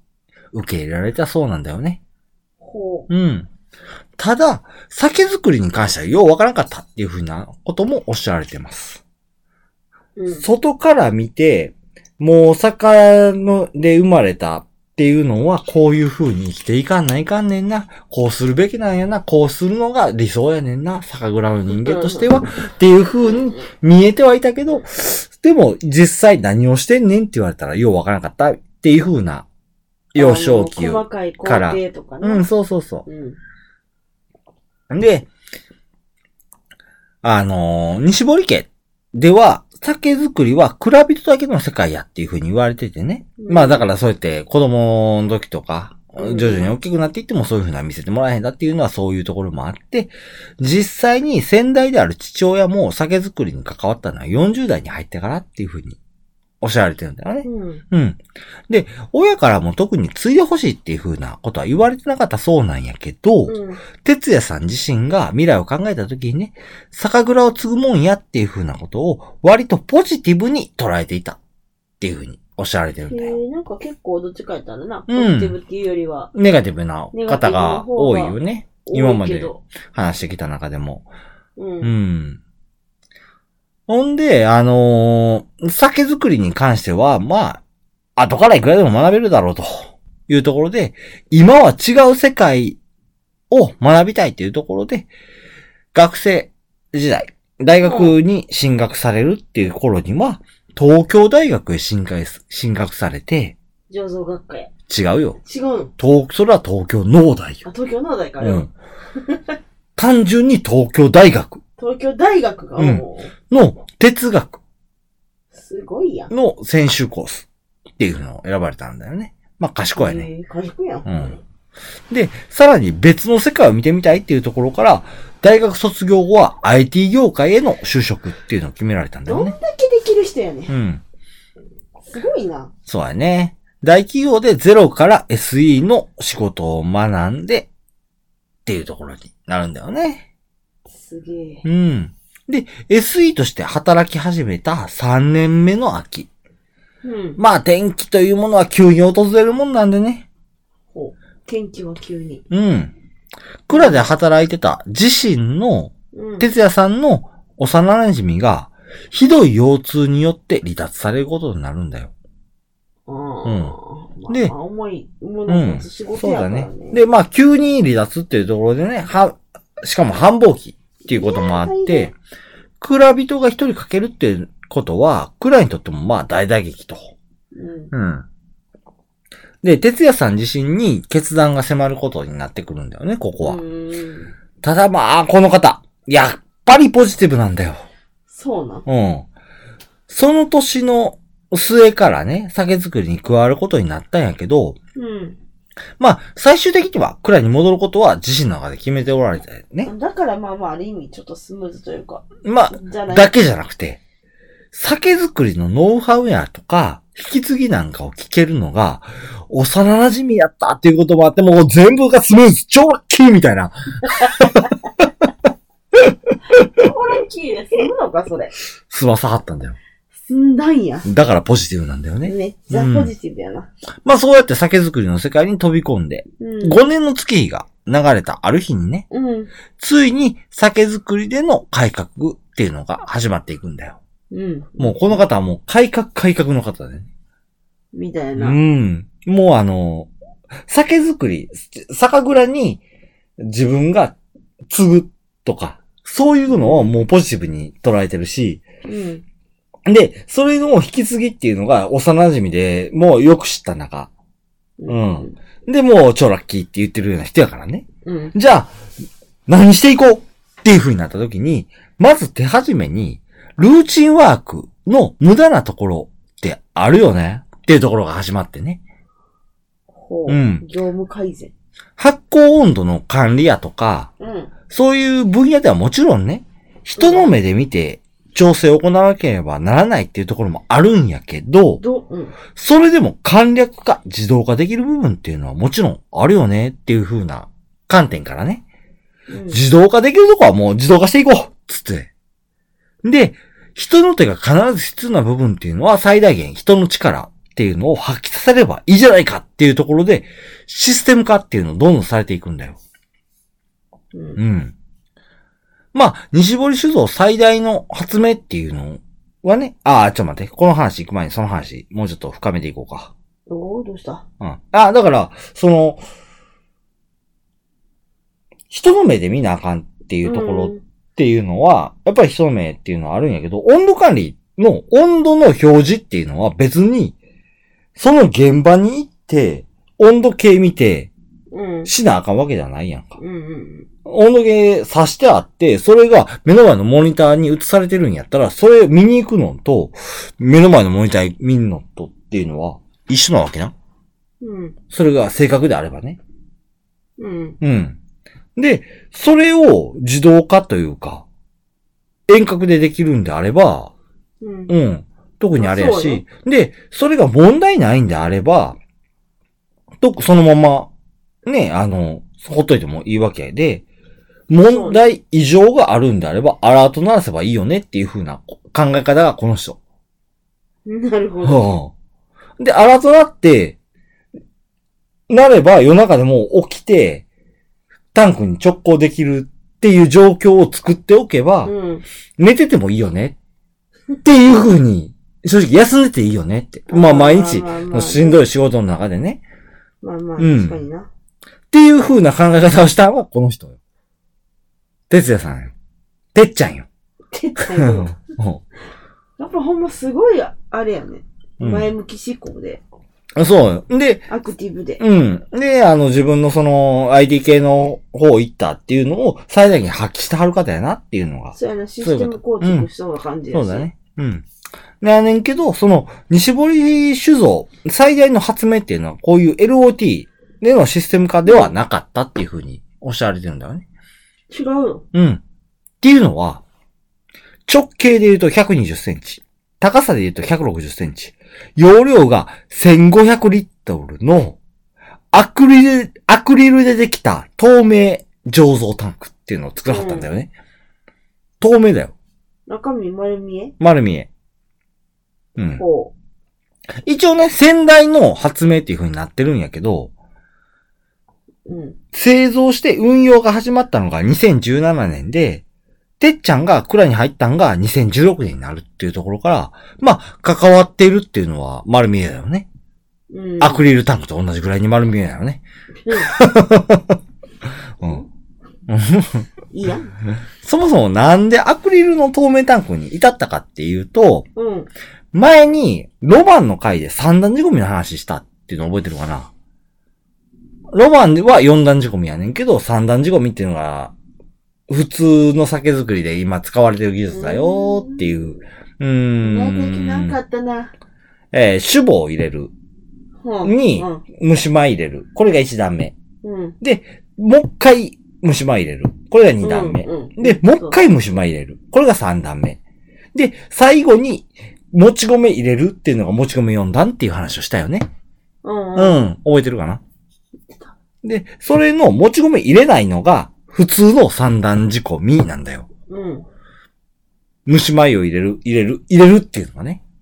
受け入れられたそうなんだよね。 ほう。うん。ただ、酒造りに関してはようわからなかったっていうふうなこともおっしゃられてます。うん、外から見て、もう酒で生まれたっていうのはこういう風に生きていかんないかんねんな。こうするべきなんやな。こうするのが理想やねんな。酒蔵の人間としては。っていう風に見えてはいたけど、でも実際何をしてんねんって言われたらようわからなかったっていう風な幼少期細かい工程とかね。 うん、そうそうそう。うん、で、西堀家では、酒造りは蔵人だけの世界やっていう風に言われててね。まあだからそうやって子供の時とか、徐々に大きくなっていってもそういう風な見せてもらえへんだっていうのはそういうところもあって、実際に先代である父親も酒造りに関わったのは40代に入ってからっていう風におっしゃられてるんだよね。うん。で、親からも特に継いでほしいっていう風なことは言われてなかったそうなんやけど、哲也さん自身が未来を考えた時にね、酒蔵を継ぐもんやっていう風なことを割とポジティブに捉えていたっていう風におっしゃられてるんだよ。 なんか結構どっちかやったらな、ポジティブっていうよりは。 ネガティブな方が多いよね。今まで話してきた中でも。ほんで、酒造りに関しては、まあ、後からいくらでも学べるだろうというところで、今は違う世界を学びたいっていうところで、学生時代、大学に進学されるっていう頃には、東京大学へ進学されて、 醸造学科や。 違うよ。 違うの？ それは東京農大よ。 あ、東京農大かよ。 単純に東京大学。 東京大学が、 の哲学。 すごいやん。 の専修コースっていうのを選ばれたんだよね。まあ賢いね。 賢いやん。 で、さらに別の世界を見てみたいっていうところから、大学卒業後は IT 業界への就職っていうのを決められたんだよね。 どんだけできる人やね。すごいな。 そうやね。大企業でゼロから SE の仕事を学んでっていうところになるんだよね。 すげえ。 で、SE として働き始めた3年目の秋。まあ、転機というものは急に訪れるもんなんでね。 転機は急に。 蔵で働いてた自身の、哲也さんの幼馴染が、ひどい腰痛によって離脱されることになるんだよ。 で、重いものを持つ仕事やからね。そうだね。 で、まあ、急に離脱っていうところでね、しかも繁忙期っていうこともあって、蔵人が一人かけるっていうことは、蔵にとってもまあ大打撃と。で、哲也さん自身に決断が迫ることになってくるんだよね、ここは。ただまあ、この方、やっぱりポジティブなんだよ。 そうなの？ その年の末からね、酒造りに加わることになったんやけど、まあ、最終的には蔵に戻ることは自身の中で決めておられたよね。 だからまあある意味ちょっとスムーズというか。 まあ、だけじゃなくて、酒造りのノウハウやとか、引き継ぎなんかを聞けるのが、幼馴染やったっていうこともあって、もう全部がスムーズ、超ラッキーみたいな。 超ラッキーで済むのか、それ。 済まさはったんだよ。 済んだんや。 だからポジティブなんだよね。 めっちゃポジティブやな。 まあそうやって酒造りの世界に飛び込んで、5年の月日が流れたある日にね、ついに酒造りでの改革っていうのが始まっていくんだよ。もうこの方はもう改革の方だね。 みたいな。 もう酒造り、酒蔵に自分が継ぐとか、そういうのをもうポジティブに捉えてるし、で、それの引き継ぎっていうのが幼馴染でもうよく知った中。で、もう超ラッキーって言ってるような人やからね。じゃあ、何していこうっていう風になった時に、まず手始めに、ルーチンワークの無駄なところってあるよねっていうところが始まってね。 業務改善。 発酵温度の管理やとか、そういう分野ではもちろんね、人の目で見て調整を行わなければならないっていうところもあるんやけど、それでも簡略化、自動化できる部分っていうのはもちろんあるよねっていう風な観点からね、自動化できるとこはもう自動化していこうつって。で、人の手が必ず必要な部分っていうのは最大限人の力ってっていうのを発揮させればいいじゃないかっていうところで、システム化っていうのをどんどんされていくんだよ。うん。まあ、西堀酒造最大の発明っていうのはね、ちょっと待って、この話行く前にその話、もうちょっと深めていこうか。 どうした？ うん。だから、人の目で見なあかんっていうところっていうのは、やっぱり人の目っていうのはあるんやけど、温度管理の温度の表示っていうのは別に、その現場に行って、温度計見て、しなあかんわけじゃないやんか。温度計さしてあって、それが目の前のモニターに映されてるんやったら、それ見に行くのと、目の前のモニター見るのとっていうのは一緒なわけな。それが正確であればね。で、それを自動化というか、遠隔でできるんであれば、特にあれやし、で、それが問題ないんであれば、そのまま、ね、ほっといてもいいわけで、問題異常があるんであれば、アラート鳴らせばいいよねっていう風な考え方がこの人。 なるほど。 で、アラート鳴って、なれば夜中でも起きて、タンクに直行できるっていう状況を作っておけば、寝ててもいいよねっていう風に、正直休んでていいよねって。まあ毎日のしんどい仕事の中でね。 確かにな。 っていう風な考え方をしたのはこの人よ。哲也さんよ。てっちゃんよ。 てっちゃんよ。やっぱほんますごい、あれやね。前向き思考で。 そう。で、 アクティブで。 で、自分のその IT 系の方行ったっていうのを最大限発揮してはる方やなっていうのが。 そうやな、システム構築しそうな感じやし。 そうだね。で、やねんけど、その、西堀酒造最大の発明っていうのはこういう LOT でのシステム化ではなかったっていうふうにおっしゃられてるんだよね。 違うの？ っていうのは、直径で言うと120センチ。高さで言うと160センチ。容量が1500リットルのアクリルでできた透明醸造タンクっていうのを作らはったんだよね。透明だよ。 中身丸見え？ 丸見え。一応ね、先代の発明っていう風になってるんやけど、製造して運用が始まったのが2017年で、てっちゃんが蔵に入ったんが2016年になるっていうところから、まあ、関わっているっていうのは丸見えだよね。アクリルタンクと同じぐらいに丸見えだよね。 いいや。 そもそもなんでアクリルの透明タンクに至ったかっていうと、前にロマンの回で3段仕込みの話したっていうの覚えてるかな。ロマンは4段仕込みやねんけど、3段仕込みっていうのが、普通の酒造りで今使われてる技術だよっていう。 なんかあったな。 酒母を入れる。に、蒸し米入れる。これが1段目。で、もう一回蒸し米入れる。これが2段目。で、もう一回蒸し米入れる。これが3段目。で、最後に、もち米入れるっていうのがもち米4段っていう話をしたよね。覚えてるかな？で、それのもち米入れないのが、普通の3段仕込みなんだよ。蒸し米を入れるっていうのがね。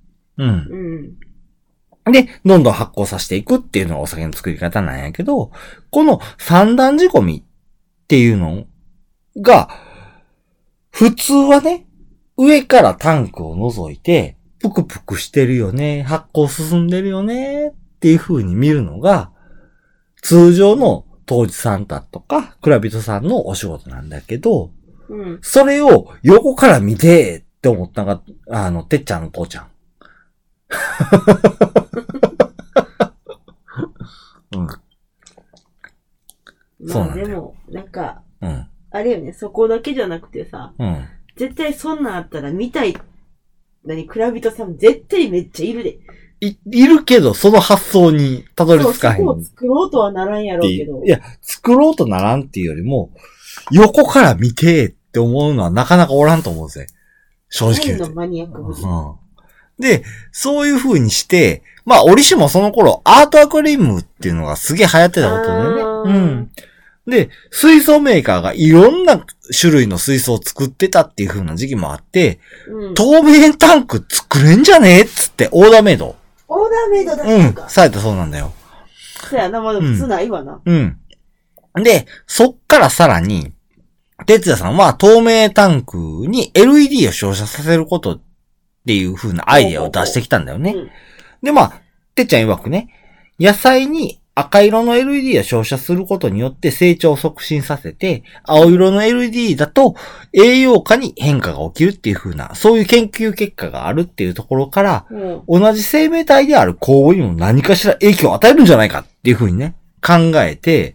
で、どんどん発酵させていくっていうのがお酒の作り方なんやけど、この3段仕込みっていうのが、普通はね、上からタンクを覗いて、ぷくぷくしてるよね、発酵進んでるよね、っていう風に見るのが、通常の杜氏さんだとか、蔵人さんのお仕事なんだけど、それを横から見てって思ったのが、てっちゃんの父ちゃん。 そうなんだよ。でも、なんか、あれよね、そこだけじゃなくてさ、絶対そんなんあったら見たい、蔵人さん絶対めっちゃいるで。 いるけど、その発想にたどり着かへん。 そこを作ろうとはならんやろうけど。 いや、作ろうとならんっていうよりも、横から見てって思うのはなかなかおらんと思うぜ。正直言うと。 のマニアックで、そういう風にして、まあ、折しもその頃、アートアクリルームっていうのがすげえ流行ってたことだよね。で、水槽メーカーがいろんな種類の水槽を作ってたっていう風な時期もあって、透明タンク作れんじゃねえっつってオーダーメイドオーダーメイドだったか。 サイトそうなんだよ。 そうやな、まだ普通ないわな。 で、そっからさらに、哲也さんは透明タンクに LED を照射させることっていう風なアイデアを出してきたんだよね。で、てっちゃん曰くね、野菜に赤色の LED を照射することによって成長を促進させて、青色の LED だと栄養価に変化が起きるっていう風な、そういう研究結果があるっていうところから、同じ生命体である酵母にも何かしら影響を与えるんじゃないかっていう風にね、考えて、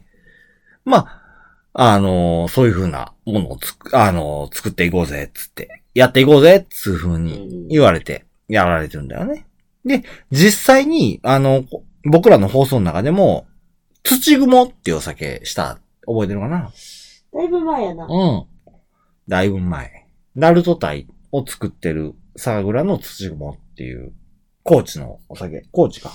そういう風なものを作っていこうぜ、つって、やっていこうぜ、つう風に言われて、やられてるんだよね。で、実際に、僕らの放送の中でも、土雲っていうお酒した、覚えてるかな？ だいぶ前やな。 だいぶ前。ナルト体を作ってる酒蔵の土雲っていう、高知のお酒。高知か。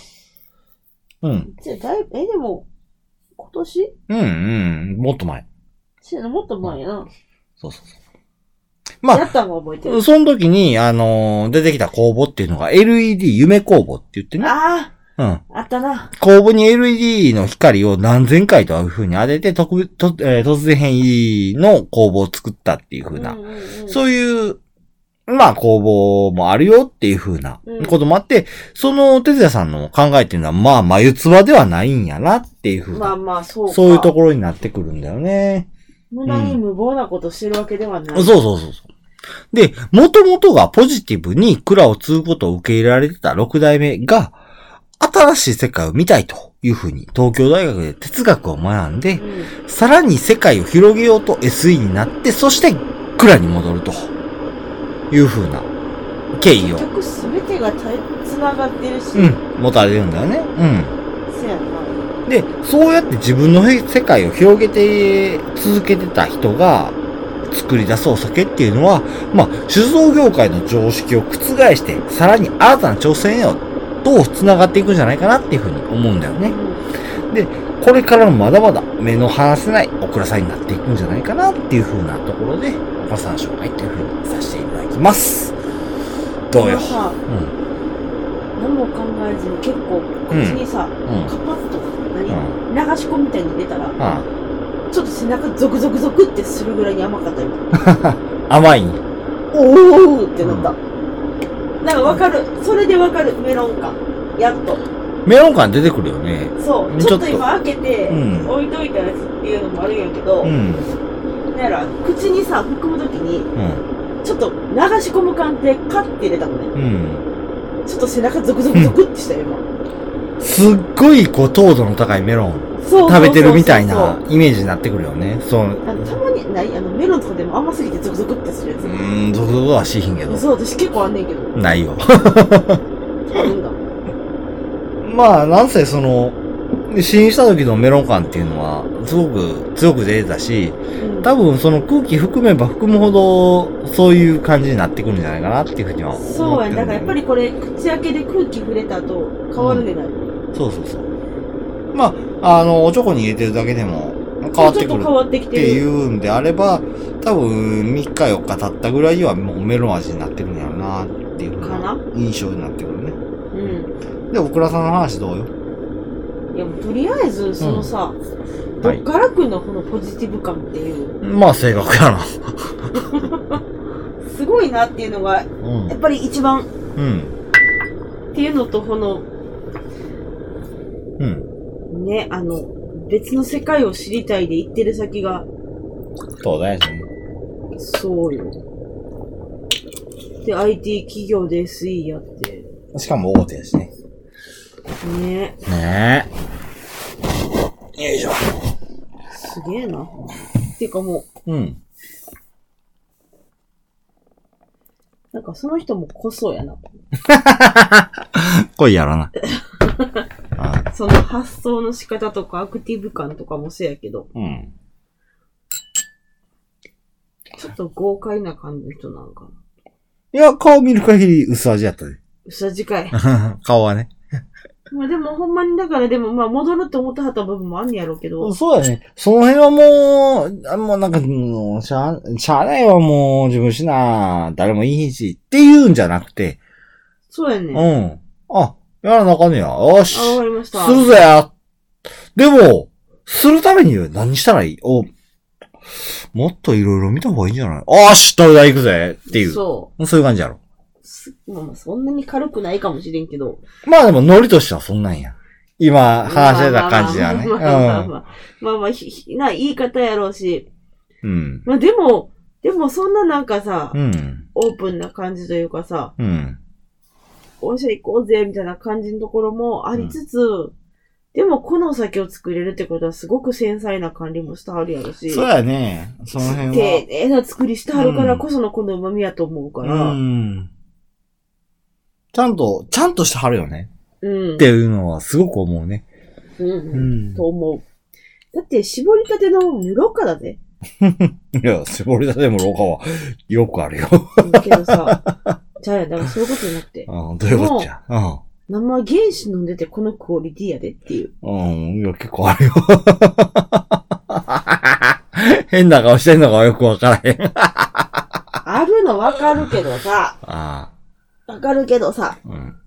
でも、今年？ もっと前。 もっと前やな。 そうそうそう。 やったの覚えてる。 その時に、出てきた酵母っていうのが LED 夢酵母って言ってね。 あったな。 酵母に LED の光を何千回という風に当てて、突然変異の酵母を作ったっていう風な、そういう、酵母もあるよっていう風なこともあって、その哲也さんの考えっていうのは、眉唾ではないんやなっていう風な。そういうところになってくるんだよね。 無駄に無謀なことしてるわけではない。 そう。で、元々がポジティブに蔵を継ぐことを受け入れられてた6代目が、新しい世界を見たいというふうに東京大学で哲学を学んで、さらに世界を広げようと SE になって、そして蔵に戻るというふうな経緯を。 結局全てが繋がってるし。 持たれるんだよね。 そうやな。 で、そうやって自分の世界を広げて続けてた人が作り出すお酒っていうのは、酒造業界の常識を覆して、さらに新たな挑戦をどう繋がっていくんじゃないかなっていうふうに思うんだよね。で、これからもまだまだ目の離せないお蔵さんになっていくんじゃないかなっていうふうなところで、おさん紹介っていうふうにさせていただきます。どうよ。 何も考えずに結構口にさ、カパッと流し込みみたいに出たら、ちょっと背中ゾクゾクゾクってするぐらいに甘かったよ。 甘いん？ おーってなった。なんかわかる。それでわかる。メロン感。やっと。 メロン感出てくるよね。 そう。ちょっと今開けて、置いといたやつっていうのもあるんやけど、だから口にさ、含むときに、ちょっと流し込む感でカッて入れたのね。ちょっと背中ゾクゾクゾクってしたよ、今。 すっごい糖度の高いメロン食べてるみたいなイメージになってくるよね。 たまにないメロンとかでも甘すぎてゾクゾクってするやつ。 ゾクゾクはしひんけど。 そう、私結構あんねんけど。 ないよ。 あるんだ。 なんせ試飲した時のメロン感っていうのは、すごく強く出てたし、多分その空気含めば含むほど、そういう感じになってくるんじゃないかなっていうふうには思ってる。 そうや、だからやっぱりこれ、口開けで空気触れた後、変わるねない。 そう。おちょこに入れてるだけでも変わってくるっていうんであれば、多分3日4日経ったぐらいにはもうメロン味になってるんやろうなっていう印象になってくるね。で、オクラさんの話どうよ？ いや、もうとりあえず、そのさ、どっから来るのこのポジティブ感っていう。 正確やな。 すごいなっていうのが、やっぱり一番、っていうのと、ね、別の世界を知りたいで行ってる先が、 そうだよね。 そうよ。で、IT 企業で SE やって。 しかも大手やしね。 ねえ。よいしょ。 すげえな。っていうかもう。なんかその人も濃そうやな。 濃いやろな。 その発想の仕方とかアクティブ感とかもそうやけど。ちょっと豪快な感じの人なのかな。 いや、顔見る限り薄味やったね。 薄味かい。 顔はね。 でもほんまにだから戻るって思ってはった部分もあんねやろうけど。 そうだね。その辺はもうなんか、しゃあないわもう自分しな、誰もいいしっていうんじゃなくて。 そうやね。 やらなあかんねや。よし。 わかりました。 するぜ。でも、するために何したらいい？もっといろいろ見た方がいいんじゃない？東大行くぜっていう。そういう感じやろ。 まあそんなに軽くないかもしれんけど。 まあでもノリとしてはそんなんや。今話してた感じだね。 まあ、言い方やろうし。 うん。 まあでもそんななんかさ、オープンな感じというかさ、お茶行こうぜみたいな感じのところもありつつ、でもこのお酒を作れるってことはすごく繊細な管理もしてはるやろし。 そうやね。その辺は。 丁寧な作りしてはるからこそのこの旨味やと思うから。 ちゃんとしてはるよね。っていうのはすごく思うね。 と思う。だって絞りたての無ろ過だぜ。 いや、絞りたてもろ過はよくあるよ。 だけどさ、じゃあだからそういうことじゃなくて。 どういうことじゃ。 生原酒飲んでてこのクオリティやでっていう。 いや、結構あるよ。変な顔してんのがよくわからへん。 あるのわかるけどさ。わかるけどさ。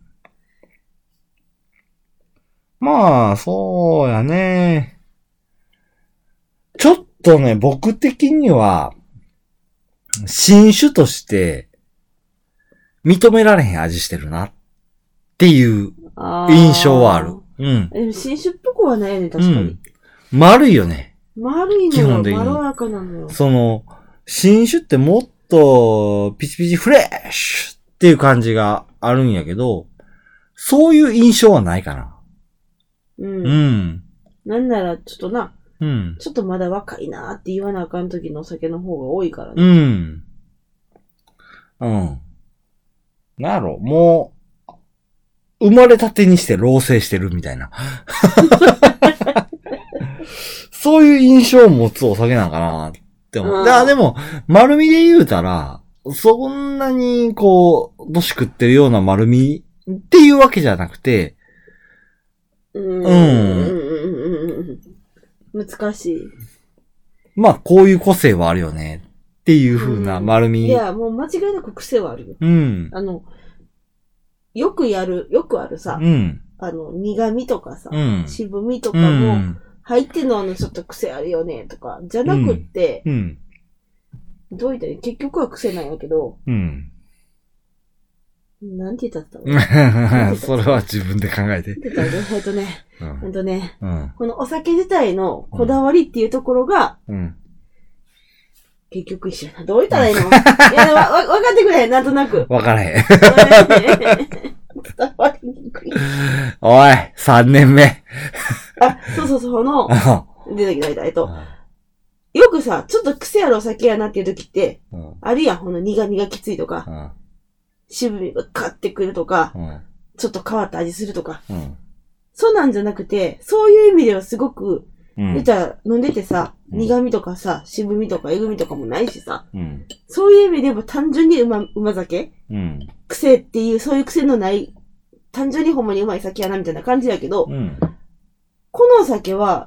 まあ、そうやね。ちょっとね、僕的には、新種として、認められへん味してるなっていう印象はある。 でも新種っぽくはないよね、確かに。 丸いよね。 丸いのよ。基本的に。まろやかなのよ。 新種ってもっと、ピチピチフレッシュっていう感じがあるんやけど、そういう印象はないかな。なんなら、ちょっとな、ちょっとまだ若いなーって言わなあかん時のお酒の方が多いからね。なんやろ、もう、生まれたてにして老成してるみたいな。そういう印象を持つお酒なんかなって思う。でも、丸みで言うたら、そんなに年食ってるような丸みっていうわけじゃなくて、 難しい。 まあ、こういう個性はあるよねっていう風な丸み。 いや、もう間違いなく癖はあるよ。よくあるさ、苦味とかさ、渋みとかも、入ってんのちょっと癖あるよねとか、じゃなくって、どういったら結局は癖なんやけど、なんて言ったのそれは自分で考えて。 このお酒自体のこだわりっていうところが、結局一緒やな。どう言ったらいいの？いや、わかってくれ、なんとなく。 わからへん。 伝わりにくい。 おい、3年目。 そう、出てきた、よくさ、ちょっと癖あるお酒やなっていう時って、あるやん、苦味がきついとか、渋みがカッてくるとか、ちょっと変わった味するとか、そうなんじゃなくて、そういう意味ではすごく、飲んでてさ、苦味とかさ、渋みとかえぐみとかもないしさ、そういう意味でも単純にうま酒、癖っていう、そういう癖のない、単純にほんまにうまい酒やなみたいな感じやけど、このお酒は、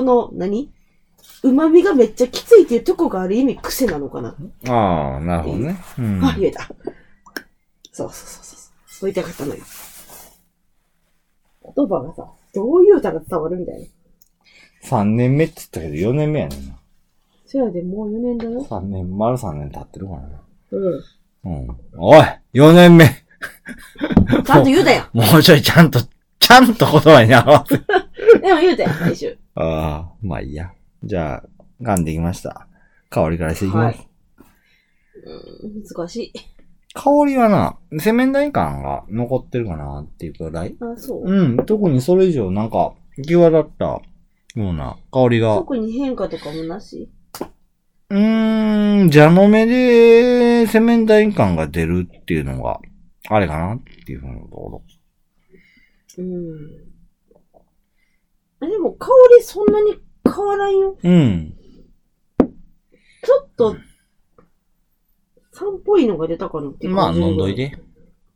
旨味がめっちゃきついっていうとこがある意味癖なのかな。 なるほどね。 言えた。そう。そう言いたかったのよ。言葉がさ、どういう歌が伝わるみたいな。 3年目って言ったけど4年目やねんな。 そやで、もう4年だよ。 丸3年経ってるからな。おい !4 年目ちゃんと言うたやん。 もうちょいちゃんと言葉に合わせ。 でも言うたやん、最終。 まあいいや。じゃあ、噛んできました。香りからしていきます。 難しい。 香りはな、洗面台感が残ってるかなっていうくらい。 そう。 特にそれ以上なんか、際立ったような香りが。 特に変化とかもなし？ 蛇の目で洗面台感が出るっていうのが、あれかなっていうふうなところ。 でも香りそんなに変わらんよ。ちょっと、酸っぽいのが出たかなっていう感じ。 まあ、飲んどいて。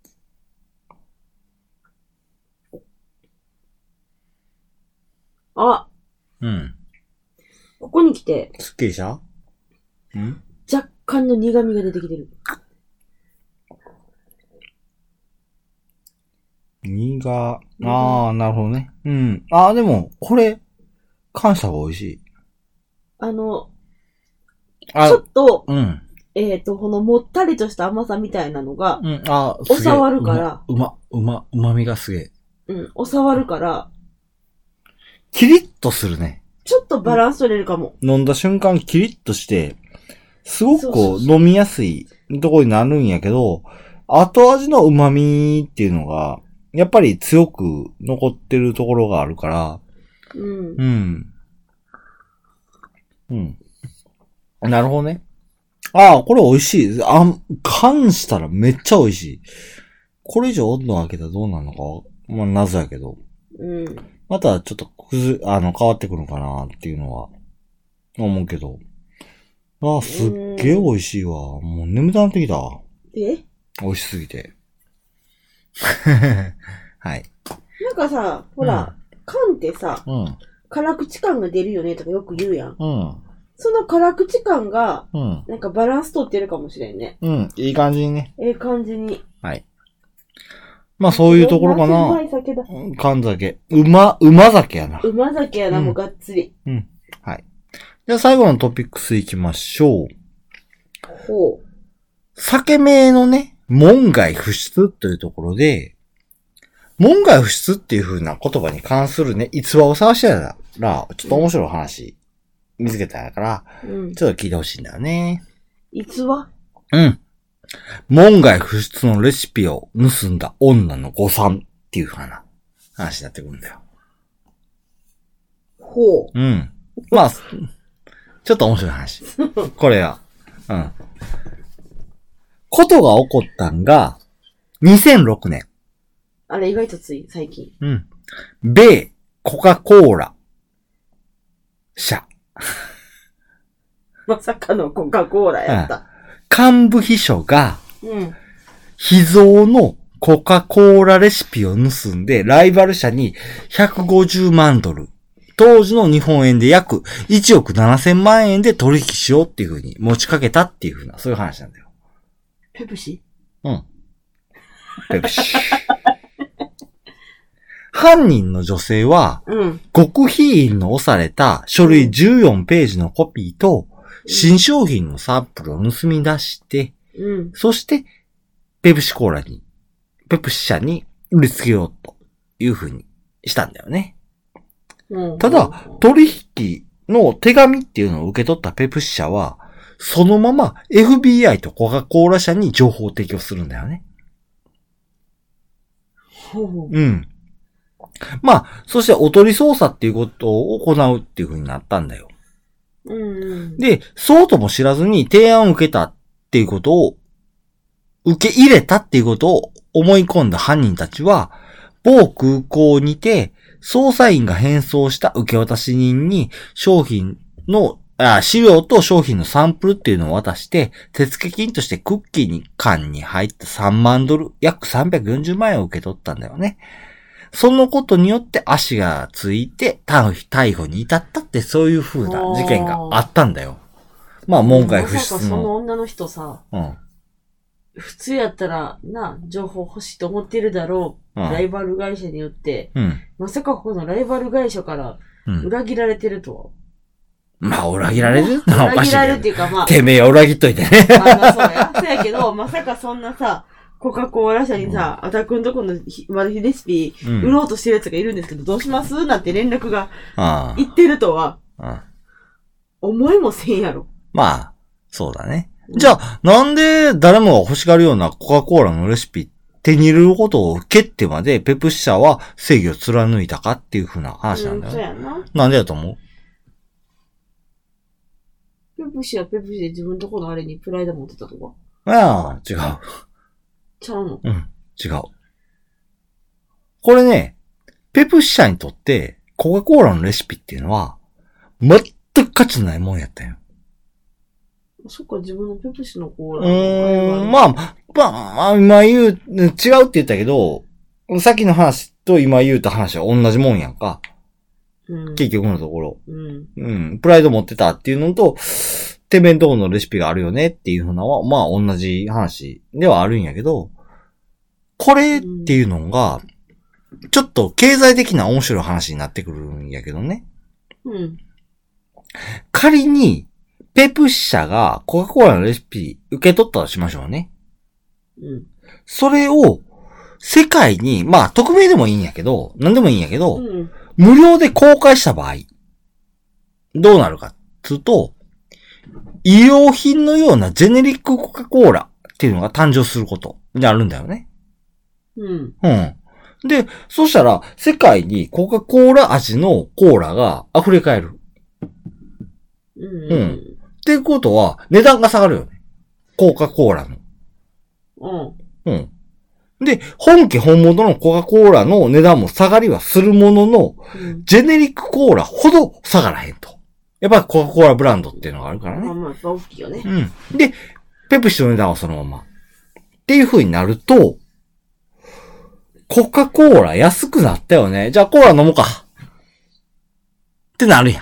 ここに来て。 すっきりした？ 若干の苦味が出てきてる。 苦が、なるほどね。うん。でも、これ、感謝が美味しい。 ちょっと、このもったりとした甘さみたいなのが、収まるから。 旨味がすげえ。収まるから。 キリッとするね。 ちょっとバランス取れるかも。 飲んだ瞬間キリッとして、すごくこう飲みやすいところになるんやけど、後味の旨味っていうのが、やっぱり強く残ってるところがあるから、なるほどね。これ美味しい。缶したらめっちゃ美味しい。これ以上温度を開けたらどうなるのか、謎やけど。またちょっと変わってくるのかなっていうのは、思うけど。すっげえ美味しいわ。もう眠たなってきた。美味しすぎて。はい。 なんかさ、ほら、缶ってさ、辛口感が出るよねとかよく言うやん。その辛口感が、なんかバランス取ってるかもしれんね。 いい感じにね。 感じに。 はい。そういうところかな。缶酒。馬酒やな。 馬酒やな、もうがっつり。 はい。じゃあ最後のトピックスいきましょう。酒名のね、門外不出というところで、門外不出っていう風な言葉に関するね、逸話を探してたら、ちょっと面白い話見つけたから、ちょっと聞いてほしいんだよね。 逸話？ 門外不出のレシピを盗んだ女の誤算っていう風な話になってくるんだよ。ちょっと面白い話。これは。ことが起こったんが、2006年。 あれ意外と最近。 米コカ・コーラ社。 まさかのコカ・コーラやった。 幹部秘書が、秘蔵のコカ・コーラレシピを盗んで、ライバル社に150万ドル。当時の日本円で約1億7000万円で取引しようっていう風に持ちかけたっていう風な、そういう話なんだよ。 ペプシ？ ペプシ。犯人の女性は、極秘印の押された書類14ページのコピーと、新商品のサンプルを盗み出して、そして、ペプシ社に売りつけようという風にしたんだよね。ただ、取引の手紙っていうのを受け取ったペプシ社は、そのまま FBI とコカ・コーラ社に情報を提供するんだよね。そしておとり捜査っていうことを行うっていう風になったんだよ。で、そうとも知らずに提案を受けたっていうことを、受け入れたっていうことを思い込んだ犯人たちは、某空港にて、捜査員が変装した受け渡し人に資料と商品のサンプルっていうのを渡して、手付金としてクッキー缶に入った3万ドル、約340万円を受け取ったんだよね。そのことによって足がついて逮捕に至ったってそういう風な事件があったんだよ。門外不出の。まさかその女の人さ、普通やったら情報欲しいと思ってるだろう。ライバル会社によって、まさかこのライバル会社から裏切られてるとは。 裏切られる裏切られるっていうかてめえ裏切っといてね。 そうやけど、まさかそんなさ、コカ・コーラ社にさ、あたくんとこのマル秘レシピ売ろうとしてるやつがいるんですけど、どうしますなんて連絡が言ってるとは、思いもせんやろ。 そうだね。じゃあ、なんで誰もが欲しがるようなコカ・コーラのレシピ手に入れることを蹴ってまでペプシ社は正義を貫いたかっていう風な話なんだよ。 そうやな。 なんでだと思う？ ペプシはペプシで自分のとこのあれにプライド持ってたとか？ 違う。 ちゃうの？ 違う。これね、ペプシ社にとってコカ・コーラのレシピっていうのは全く価値のないもんやったよ。 そっか、自分のペプシのコーラ。 今違うって言ったけど、さっきの話と今言うた話は同じもんやんか。結局のところ。プライド持ってたっていうのと、てめえんとこのレシピがあるよねっていうのは、同じ話ではあるんやけど、これっていうのが、 ちょっと経済的な面白い話になってくるんやけどね。 うん。 仮に、ペプシ社がコカ・コーラのレシピ受け取ったとしましょうね。 うん。 それを、世界に、まあ、匿名でもいいんやけど、なんでもいいんやけど、 うん、 無料で公開した場合、どうなるかっていうと、医療品のようなジェネリックコカ・コーラっていうのが誕生することになるんだよね。 うん。 うん。で、そしたら、世界にコカ・コーラ味のコーラが溢れ返る。 うん。 っていうことは、値段が下がるよね。コカ・コーラの。 うん。 うん。で、本家本物のコカ・コーラの値段も下がりはするものの、ジェネリックコーラほど下がらへんと。やっぱコカ・コーラブランドっていうのがあるからね。 まあ、大きいよね。 うん。で、ペプシの値段はそのまま。っていう風になると、コカ・コーラ安くなったよね。じゃあコーラ飲もうか。ってなるやん。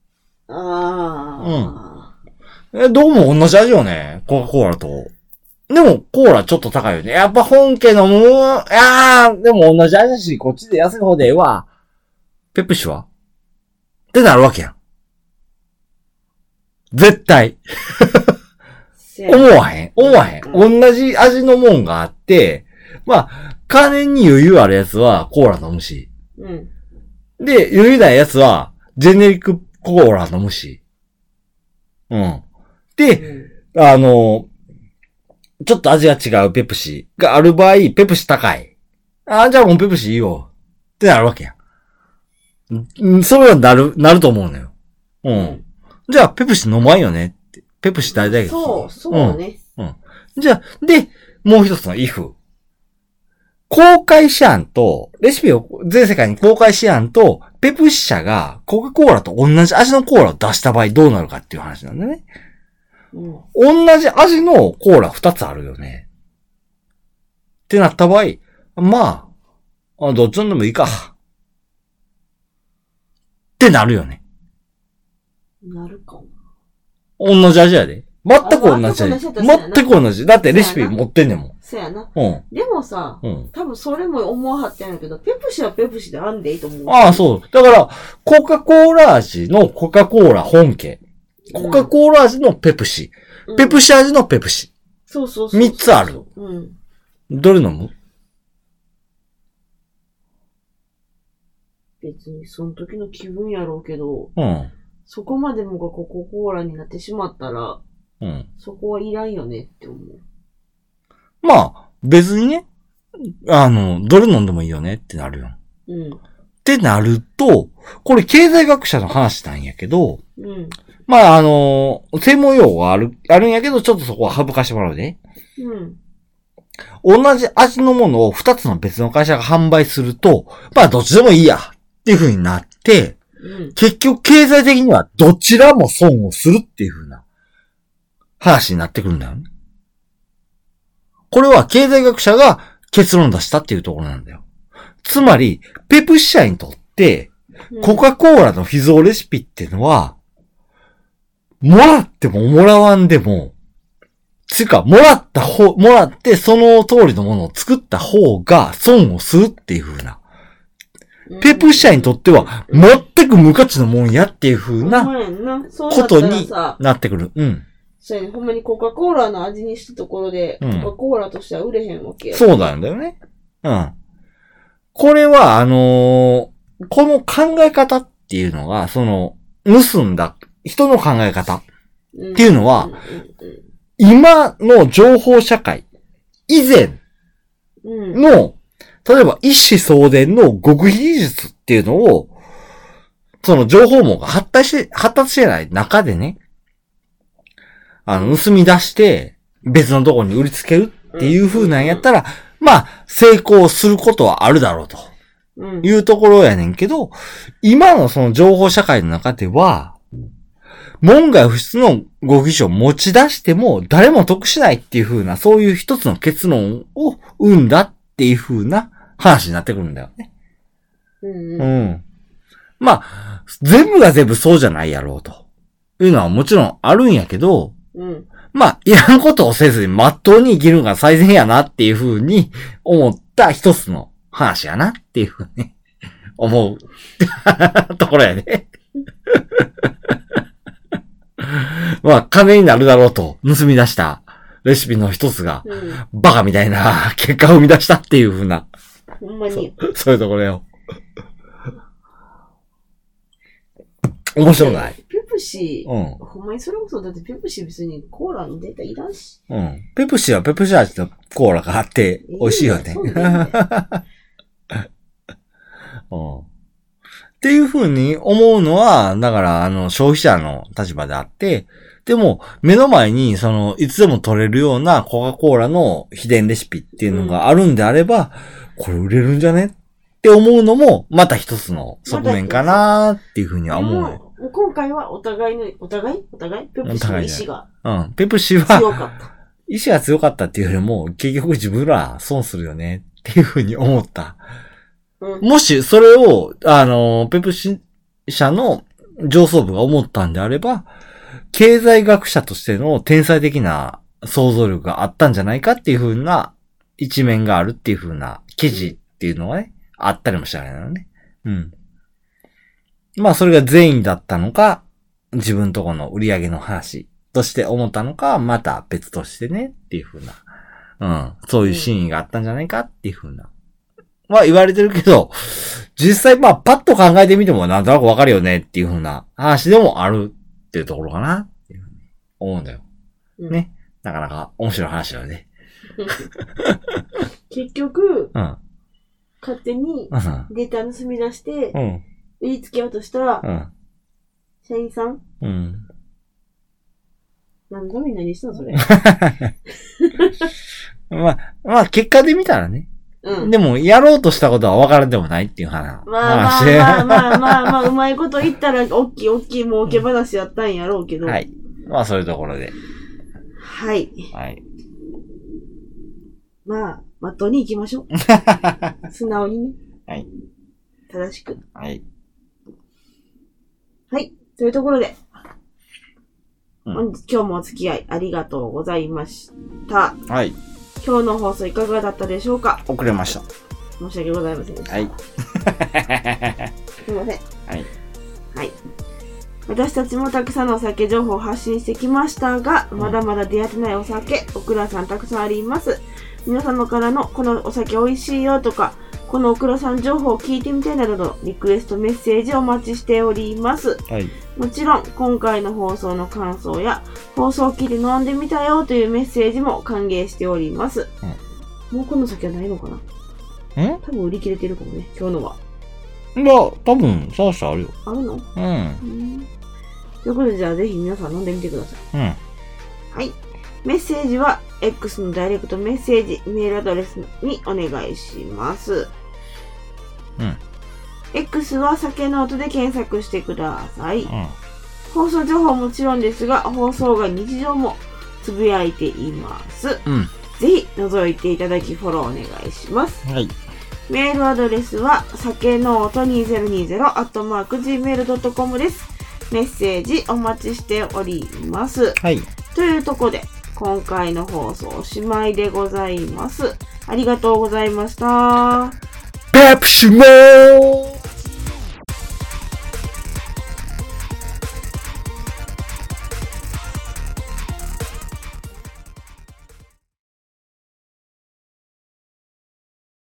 どうも同じ味よね。コカ・コーラと。でも、コーラちょっと高いよね。やっぱ本家のでも同じ味だし、こっちで安い方でええわ。ペプシはってなるわけやん。絶対。思わへん。同じ味のもんがあって、まあ、金に余裕あるやつはコーラ飲むし。 うん。 で、余裕ないやつは、ジェネリックコーラ飲むし。うん。で、ちょっと味が違うペプシがある場合、ペプシ高い。じゃあもうペプシいいよ。ってなるわけや。それはなると思うのよ。うん。じゃあ、ペプシ飲まんよねって。ペプシ大体そうね。 うん。じゃあ、で、もう一つの if。公開しやんと、レシピを全世界に公開しやんと、ペプシ社がコカ・コーラと同じ味のコーラを出した場合どうなるかっていう話なんだね。同じ味のコーラ2つあるよね。ってなった場合、まあ、どっちのでもいいか。ってなるよね。 なるかな。 同じ味やで。全く同じ味。全く同じ。だってレシピ持ってんねんもん。 そうやな。 うん。 でもさ、多分それも思わはってんやけど、ペプシはペプシであんでいいと思う。 ああ、そう。だから、コカ・コーラ味のコカ・コーラ本家。コカ・コーラ味のペプシ。ペプシ味のペプシ。 そう。 3つある。どれ飲む？ 別にその時の気分やろうけど、そこまでもがコカ・コーラになってしまったら、そこはいらんよねって思う。 まあ、別にね、どれ飲んでもいいよねってなるよ。ってなると、これ経済学者の話なんやけど、まあ専門用語があるんやけど、ちょっとそこは省かしてもらうね。同じ味のものを2つの別の会社が販売すると、まあどっちでもいいやっていう風になって、結局経済的にはどちらも損をするっていう風な話になってくるんだよね。これは経済学者が結論出したっていうところなんだよ。つまり、ペプシ社にとって、コカ・コーラの秘蔵レシピっていうのは、もらってももらわんでも、つうか、もらってその通りのものを作った方が損をするっていう風な。ペプシ社にとっては、全く無価値のもんやっていう風なことになってくる。 そうやね。ほんまにコカ・コーラの味にしたところで、コカ・コーラとしては売れへんわけや。 そうなんだよね。これは、この考え方っていうのが、盗んだ人の考え方っていうのは、今の情報社会以前の、例えば一子相伝の極秘技術っていうのを、その情報網が発達してない中でね、盗み出して、別のところに売りつけるっていう風なんやったら、まあ、成功することはあるだろうと。いうところやねんけど、今のその情報社会の中では、門外不出の極秘書を持ち出しても誰も得しないっていう風な、そういう一つの結論を生んだっていう風な話になってくるんだよね。まあ、全部が全部そうじゃないやろうと。いうのはもちろんあるんやけど、まあ、いらんことをせずに真っ当に生きるのが最善やなっていう風に思った一つの話やなっていうふうに思うところやね。まあ、金になるだろうと盗み出したレシピの一つが、バカみたいな結果を生み出したっていうふうな。 ほんまに。 そういうところよ。面白ない。 ペプシー。ほんまにそれこそ、だってペプシー別にコーラのデータいらんし。 ペプシーはペプシー味のコーラがあって美味しいよね。っていうふうに思うのは、だから消費者の立場であって、でも目の前にいつでも取れるようなコカ・コーラの秘伝レシピっていうのがあるんであれば、これ売れるんじゃねって思うのも、また一つの側面かなっていうふうには思うよ。 今回はお互いペプシーの意志が。 ペプシーは、強かった。意志が強かったっていうよりも、結局自分ら損するよねっていうふうに思った。もし、それを、ペプシ社の上層部が思ったんであれば、経済学者としての天才的な想像力があったんじゃないかっていうふうな一面があるっていうふうな記事っていうのがね、あったりもしたからね。まあ、それが善意だったのか、自分とこの売り上げの話として思ったのか、また別としてねっていうふうな、そういう真意があったんじゃないかっていうふうな。まあ言われてるけど、実際まあパッと考えてみてもなんとなくわかるよねっていう風な話でもあるっていうところかなっていうふうに思うんだよ。ね。なかなか面白い話だよね。 結局、勝手にデータ盗み出して、売りつけようとしたら、社員さんなんだみんなにしたのそれ。 まあ結果で見たらね。でも、やろうとしたことは分からんでもないっていう話。 まあ、うまいこと言ったら、大きい儲け話やったんやろうけど。 はい。まあ、そういうところで。 はい。 はい。 まあ、まっとうに行きましょう。素直にね。 はい。 正しく。 はい。 はい。というところで、今日もお付き合いありがとうございました。 はい。 今日の放送いかがだったでしょうか？ 遅れました。 申し訳ございませんでした。 はい。 すいません。 はい。 はい。私たちもたくさんのお酒情報を発信してきましたが、まだまだ出会ってないお酒、オクラさんたくさんあります。皆様からのこのお酒美味しいよとか、このオクラさん情報を聞いてみたいなどのリクエストメッセージをお待ちしております。 はい。 もちろん、今回の放送の感想や、放送を聞いて飲んでみたよというメッセージも歓迎しております。もうこの先はないのかな？多分売り切れてるかもね、今日のは。 多分、探してあるよ。 あるの？ということで、じゃあぜひ皆さん飲んでみてください。はい。メッセージは、X のダイレクトメッセージ、メールアドレスにお願いします。X は酒ノートで検索してください。放送情報はもちろんですが、放送外日常もつぶやいています。ぜひ覗いていただきフォローお願いします。 はい。 メールアドレスは、酒ノート2020@gmail.com です。メッセージお待ちしております。 はい。 というところで、今回の放送おしまいでございます。ありがとうございました。 ペプシモー